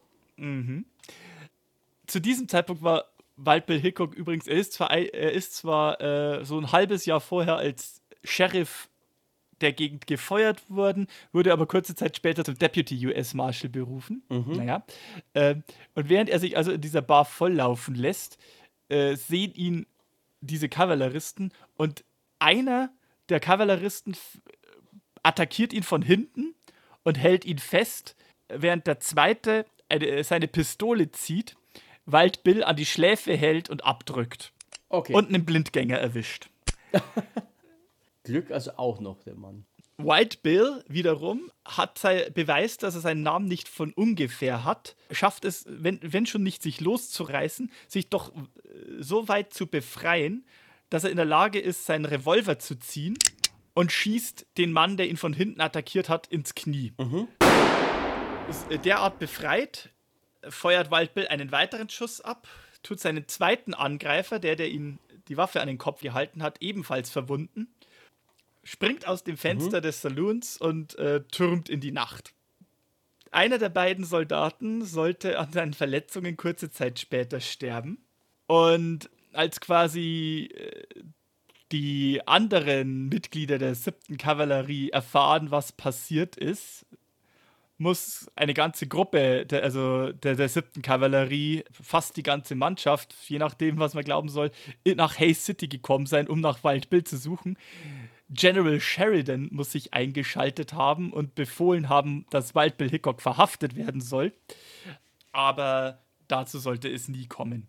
Zu diesem Zeitpunkt war Wild Bill Hickok übrigens, er ist zwar, er ist zwar äh, so ein halbes Jahr vorher als Sheriff der Gegend gefeuert worden, wurde aber kurze Zeit später zum Deputy U S Marshal berufen. Naja. Ähm, und während er sich also in dieser Bar volllaufen lässt, äh, sehen ihn diese Kavalleristen und einer der Kavalleristen f- attackiert ihn von hinten und hält ihn fest, während der zweite eine, seine Pistole zieht, Wild Bill an die Schläfe hält und abdrückt. Okay. Und einen Blindgänger erwischt. Glück also auch noch, der Mann. Wild Bill wiederum hat sei, beweist, dass er seinen Namen nicht von ungefähr hat, schafft es, wenn, wenn schon nicht sich loszureißen, sich doch äh, so weit zu befreien, dass er in der Lage ist, seinen Revolver zu ziehen und schießt den Mann, der ihn von hinten attackiert hat, ins Knie. Ist äh, derart befreit, feuert Wild Bill einen weiteren Schuss ab, tut seinen zweiten Angreifer, der, der ihn die Waffe an den Kopf gehalten hat, ebenfalls verwunden, springt aus dem Fenster des Saloons und äh, türmt in die Nacht. Einer der beiden Soldaten sollte an seinen Verletzungen kurze Zeit später sterben. Und als quasi äh, die anderen Mitglieder der siebten Kavallerie erfahren, was passiert ist, muss eine ganze Gruppe, der, also der, der siebten Kavallerie, fast die ganze Mannschaft, je nachdem, was man glauben soll, nach Haze City gekommen sein, um nach Wild Bill zu suchen. General Sheridan muss sich eingeschaltet haben und befohlen haben, dass Wild Bill Hickok verhaftet werden soll. Aber dazu sollte es nie kommen.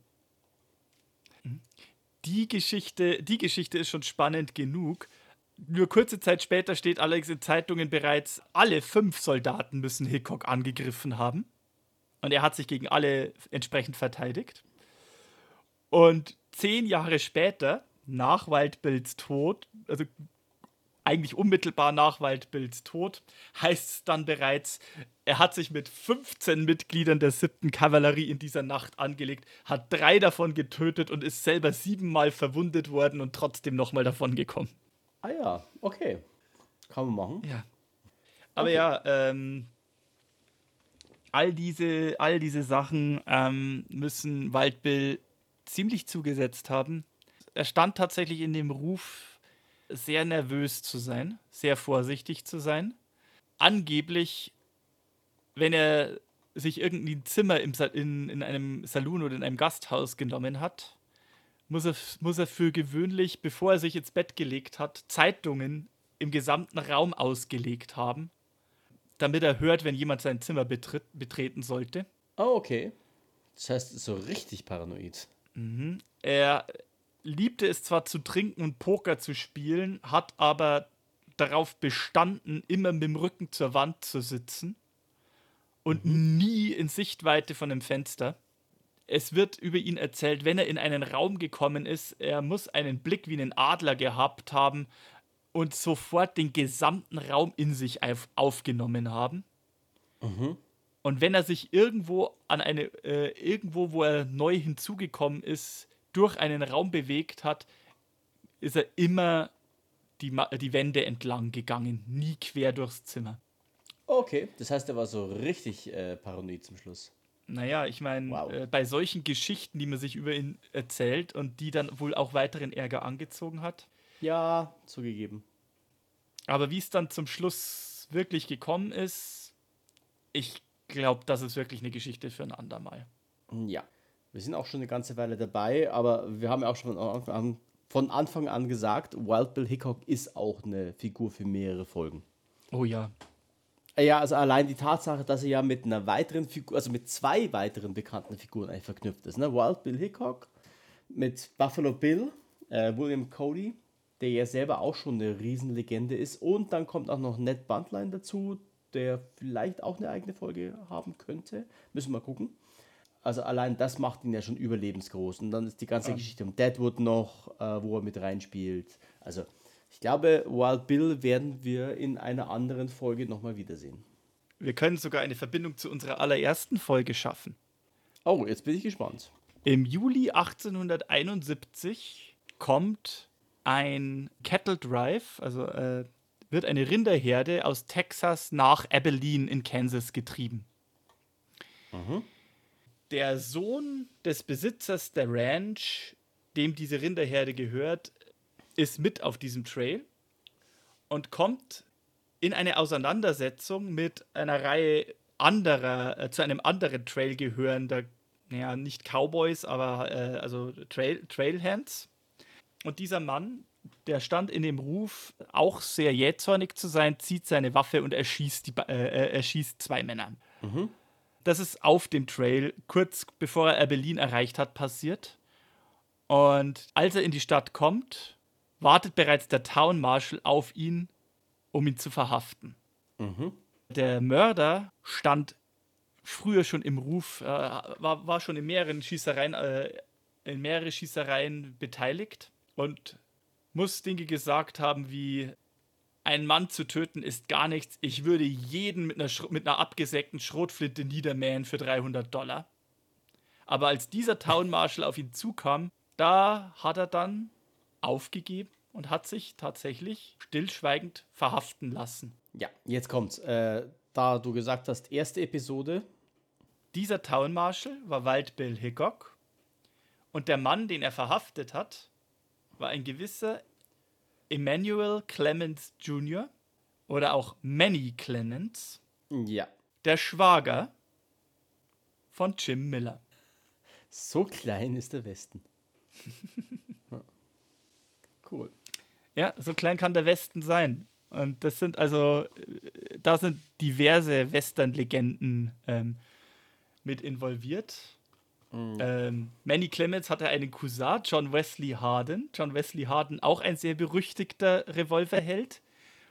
Die Geschichte, die Geschichte ist schon spannend genug. Nur kurze Zeit später steht allerdings in Zeitungen bereits, alle fünf Soldaten müssen Hickok angegriffen haben. Und er hat sich gegen alle entsprechend verteidigt. Und zehn Jahre später, nach Wild Bills Tod, also eigentlich unmittelbar nach Wild Bills Tod, heißt es dann bereits, er hat sich mit fünfzehn Mitgliedern der siebten Kavallerie in dieser Nacht angelegt, hat drei davon getötet und ist selber siebenmal verwundet worden und trotzdem nochmal davon gekommen. Ah ja, okay. Kann man machen. Ja. Aber Okay. ja, ähm, all diese, all diese Sachen ähm, müssen Wild Bill ziemlich zugesetzt haben. Er stand tatsächlich in dem Ruf, sehr nervös zu sein, sehr vorsichtig zu sein. Angeblich, wenn er sich irgendwie ein Zimmer im Sa- in, in einem Saloon oder in einem Gasthaus genommen hat, muss er, muss er für gewöhnlich, bevor er sich ins Bett gelegt hat, Zeitungen im gesamten Raum ausgelegt haben, damit er hört, wenn jemand sein Zimmer betritt, betreten sollte. Oh, okay. Das heißt, so richtig paranoid. Er liebte es zwar zu trinken und Poker zu spielen, hat aber darauf bestanden, immer mit dem Rücken zur Wand zu sitzen und nie in Sichtweite von einem Fenster. Es wird über ihn erzählt, wenn er in einen Raum gekommen ist, er muss einen Blick wie einen Adler gehabt haben und sofort den gesamten Raum in sich auf, aufgenommen haben. Und wenn er sich irgendwo an eine, äh, irgendwo, wo er neu hinzugekommen ist, durch einen Raum bewegt hat, ist er immer die, Ma- die Wände entlang gegangen, nie quer durchs Zimmer. Okay. Das heißt, er war so richtig äh, paranoid zum Schluss. Naja, ich meine, Wow. äh, bei solchen Geschichten, die man sich über ihn erzählt und die dann wohl auch weiteren Ärger angezogen hat. Ja, zugegeben. Aber wie es dann zum Schluss wirklich gekommen ist, ich glaube, das ist wirklich eine Geschichte für ein andermal. Ja. Wir sind auch schon eine ganze Weile dabei, aber wir haben ja auch schon von Anfang an, von Anfang an gesagt, Wild Bill Hickok ist auch eine Figur für mehrere Folgen. Oh ja. Ja, also allein die Tatsache, dass er ja mit einer weiteren Figur, also mit zwei weiteren bekannten Figuren eigentlich verknüpft ist. Ne? Wild Bill Hickok mit Buffalo Bill, äh, William Cody, der ja selber auch schon eine Riesenlegende ist. Und dann kommt auch noch Ned Buntline dazu, der vielleicht auch eine eigene Folge haben könnte. Müssen wir mal gucken. Also allein das macht ihn ja schon überlebensgroß. Und dann ist die ganze ja. Geschichte um Deadwood noch, äh, wo er mit reinspielt. Also ich glaube, Wild Bill werden wir in einer anderen Folge nochmal wiedersehen. Wir können sogar eine Verbindung zu unserer allerersten Folge schaffen. Oh, jetzt bin ich gespannt. Im Juli achtzehnhunderteinundsiebzig kommt ein Cattle Drive, also äh, wird eine Rinderherde aus Texas nach Abilene in Kansas getrieben. Mhm. Der Sohn des Besitzers der Ranch, dem diese Rinderherde gehört, ist mit auf diesem Trail und kommt in eine Auseinandersetzung mit einer Reihe anderer, äh, zu einem anderen Trail gehörender, naja, nicht Cowboys, aber äh, also Trail, Trailhands. Und dieser Mann, der stand in dem Ruf, auch sehr jähzornig zu sein, zieht seine Waffe und erschießt, die, äh, erschießt zwei Männer. Mhm. Das ist auf dem Trail, kurz bevor er Abilene erreicht hat, passiert. Und als er in die Stadt kommt, wartet bereits der Town Marshal auf ihn, um ihn zu verhaften. Mhm. Der Mörder stand früher schon im Ruf, äh, war, war schon in mehreren Schießereien, äh, in mehrere Schießereien beteiligt und muss Dinge gesagt haben wie: Ein Mann zu töten ist gar nichts. Ich würde jeden mit einer, Sch- mit einer abgesägten Schrotflinte niedermähen für dreihundert Dollar. Aber als dieser Town Marshal auf ihn zukam, da hat er dann aufgegeben und hat sich tatsächlich stillschweigend verhaften lassen. Ja, jetzt kommt's. Äh, da du gesagt hast, erste Episode. Dieser Town Marshal war Wild Bill Hickok und der Mann, den er verhaftet hat, war ein gewisser Emmanuel Clemens Junior oder auch Manny Clemens, Ja. der Schwager von Jim Miller. So klein ist der Westen. Cool. Ja, so klein kann der Westen sein. Und das sind also, da sind diverse Western-Legenden ähm, mit involviert. Mhm. Ähm, Manny Clemens hatte einen Cousin, John Wesley Hardin. John Wesley Hardin, auch ein sehr berüchtigter Revolverheld,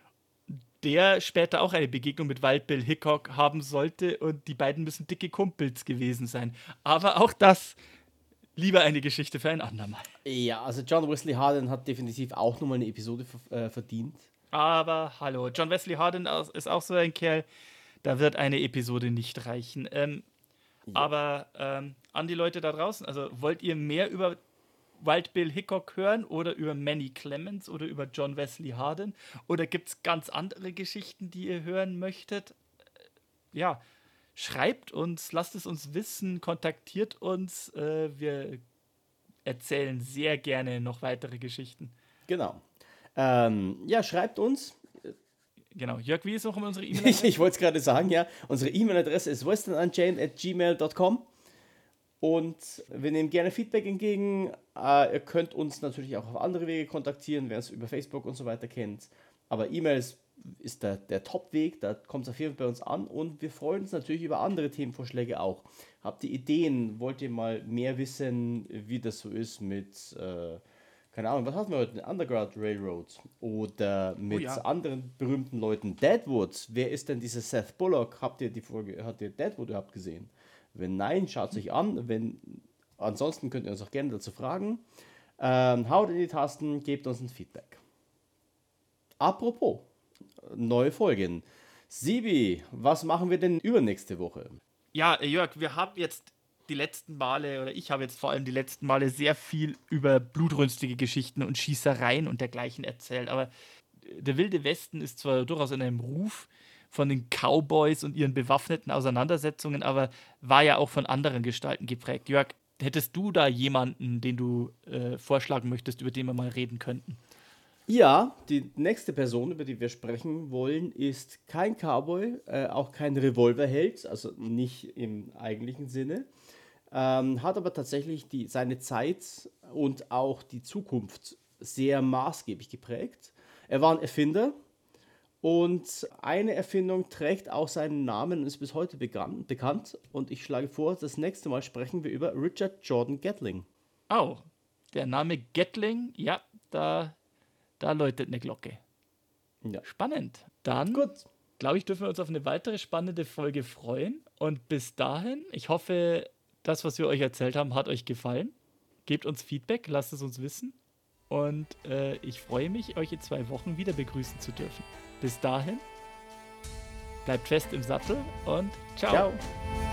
der später auch eine Begegnung mit Wild Bill Hickok haben sollte und die beiden müssen dicke Kumpels gewesen sein. Aber auch das lieber eine Geschichte für ein andermal. Ja, also John Wesley Hardin hat definitiv auch nochmal eine Episode äh, verdient. Aber hallo, John Wesley Hardin ist auch so ein Kerl, da wird eine Episode nicht reichen. Ähm, ja. Aber ähm, an die Leute da draußen, also wollt ihr mehr über Wild Bill Hickok hören oder über Manny Clemens oder über John Wesley Hardin? Oder gibt es ganz andere Geschichten, die ihr hören möchtet? Ja, schreibt uns, lasst es uns wissen, kontaktiert uns. Äh, wir erzählen sehr gerne noch weitere Geschichten. Genau. Ähm, ja, schreibt uns. Genau. Jörg, wie ist noch unsere E-Mail-Adresse? Ich wollte es gerade sagen, ja. Unsere E-Mail-Adresse ist westernunchained at gmail dot com. Und wir nehmen gerne Feedback entgegen. Äh, ihr könnt uns natürlich auch auf andere Wege kontaktieren, wer es über Facebook und so weiter kennt. Aber E-Mails ist der, der Top-Weg, da kommt es auf jeden Fall bei uns an. Und wir freuen uns natürlich über andere Themenvorschläge auch. Habt ihr Ideen? Wollt ihr mal mehr wissen, wie das so ist mit, äh, keine Ahnung, was hatten wir heute? Underground Railroad oder mit oh ja. anderen berühmten Leuten. Deadwood, wer ist denn dieser Seth Bullock? Habt ihr die Folge, habt ihr Deadwood überhaupt gesehen? Wenn nein, schaut es euch an. Wenn, ansonsten könnt ihr uns auch gerne dazu fragen. Ähm, haut in die Tasten, gebt uns ein Feedback. Apropos, neue Folgen. Sibi, was machen wir denn übernächste Woche? Ja, Jörg, wir haben jetzt die letzten Male, oder ich habe jetzt vor allem die letzten Male sehr viel über blutrünstige Geschichten und Schießereien und dergleichen erzählt. Aber der Wilde Westen ist zwar durchaus in einem Ruf von den Cowboys und ihren bewaffneten Auseinandersetzungen, aber war ja auch von anderen Gestalten geprägt. Jörg, hättest du da jemanden, den du äh, vorschlagen möchtest, über den wir mal reden könnten? Ja, die nächste Person, über die wir sprechen wollen, ist kein Cowboy, äh, auch kein Revolverheld, also nicht im eigentlichen Sinne. ähm, hat aber tatsächlich die, seine Zeit und auch die Zukunft sehr maßgeblich geprägt. Er war ein Erfinder und eine Erfindung trägt auch seinen Namen und ist bis heute begann, bekannt. Und ich schlage vor, das nächste Mal sprechen wir über Richard Jordan Gatling. Oh, der Name Gatling, ja, da, da läutet eine Glocke. Ja. Spannend. Dann, Gut. glaube ich, dürfen wir uns auf eine weitere spannende Folge freuen. Und bis dahin, ich hoffe, das, was wir euch erzählt haben, hat euch gefallen. Gebt uns Feedback, lasst es uns wissen. Und äh, ich freue mich, euch in zwei Wochen wieder begrüßen zu dürfen. Bis dahin, bleibt fest im Sattel und ciao. Ciao.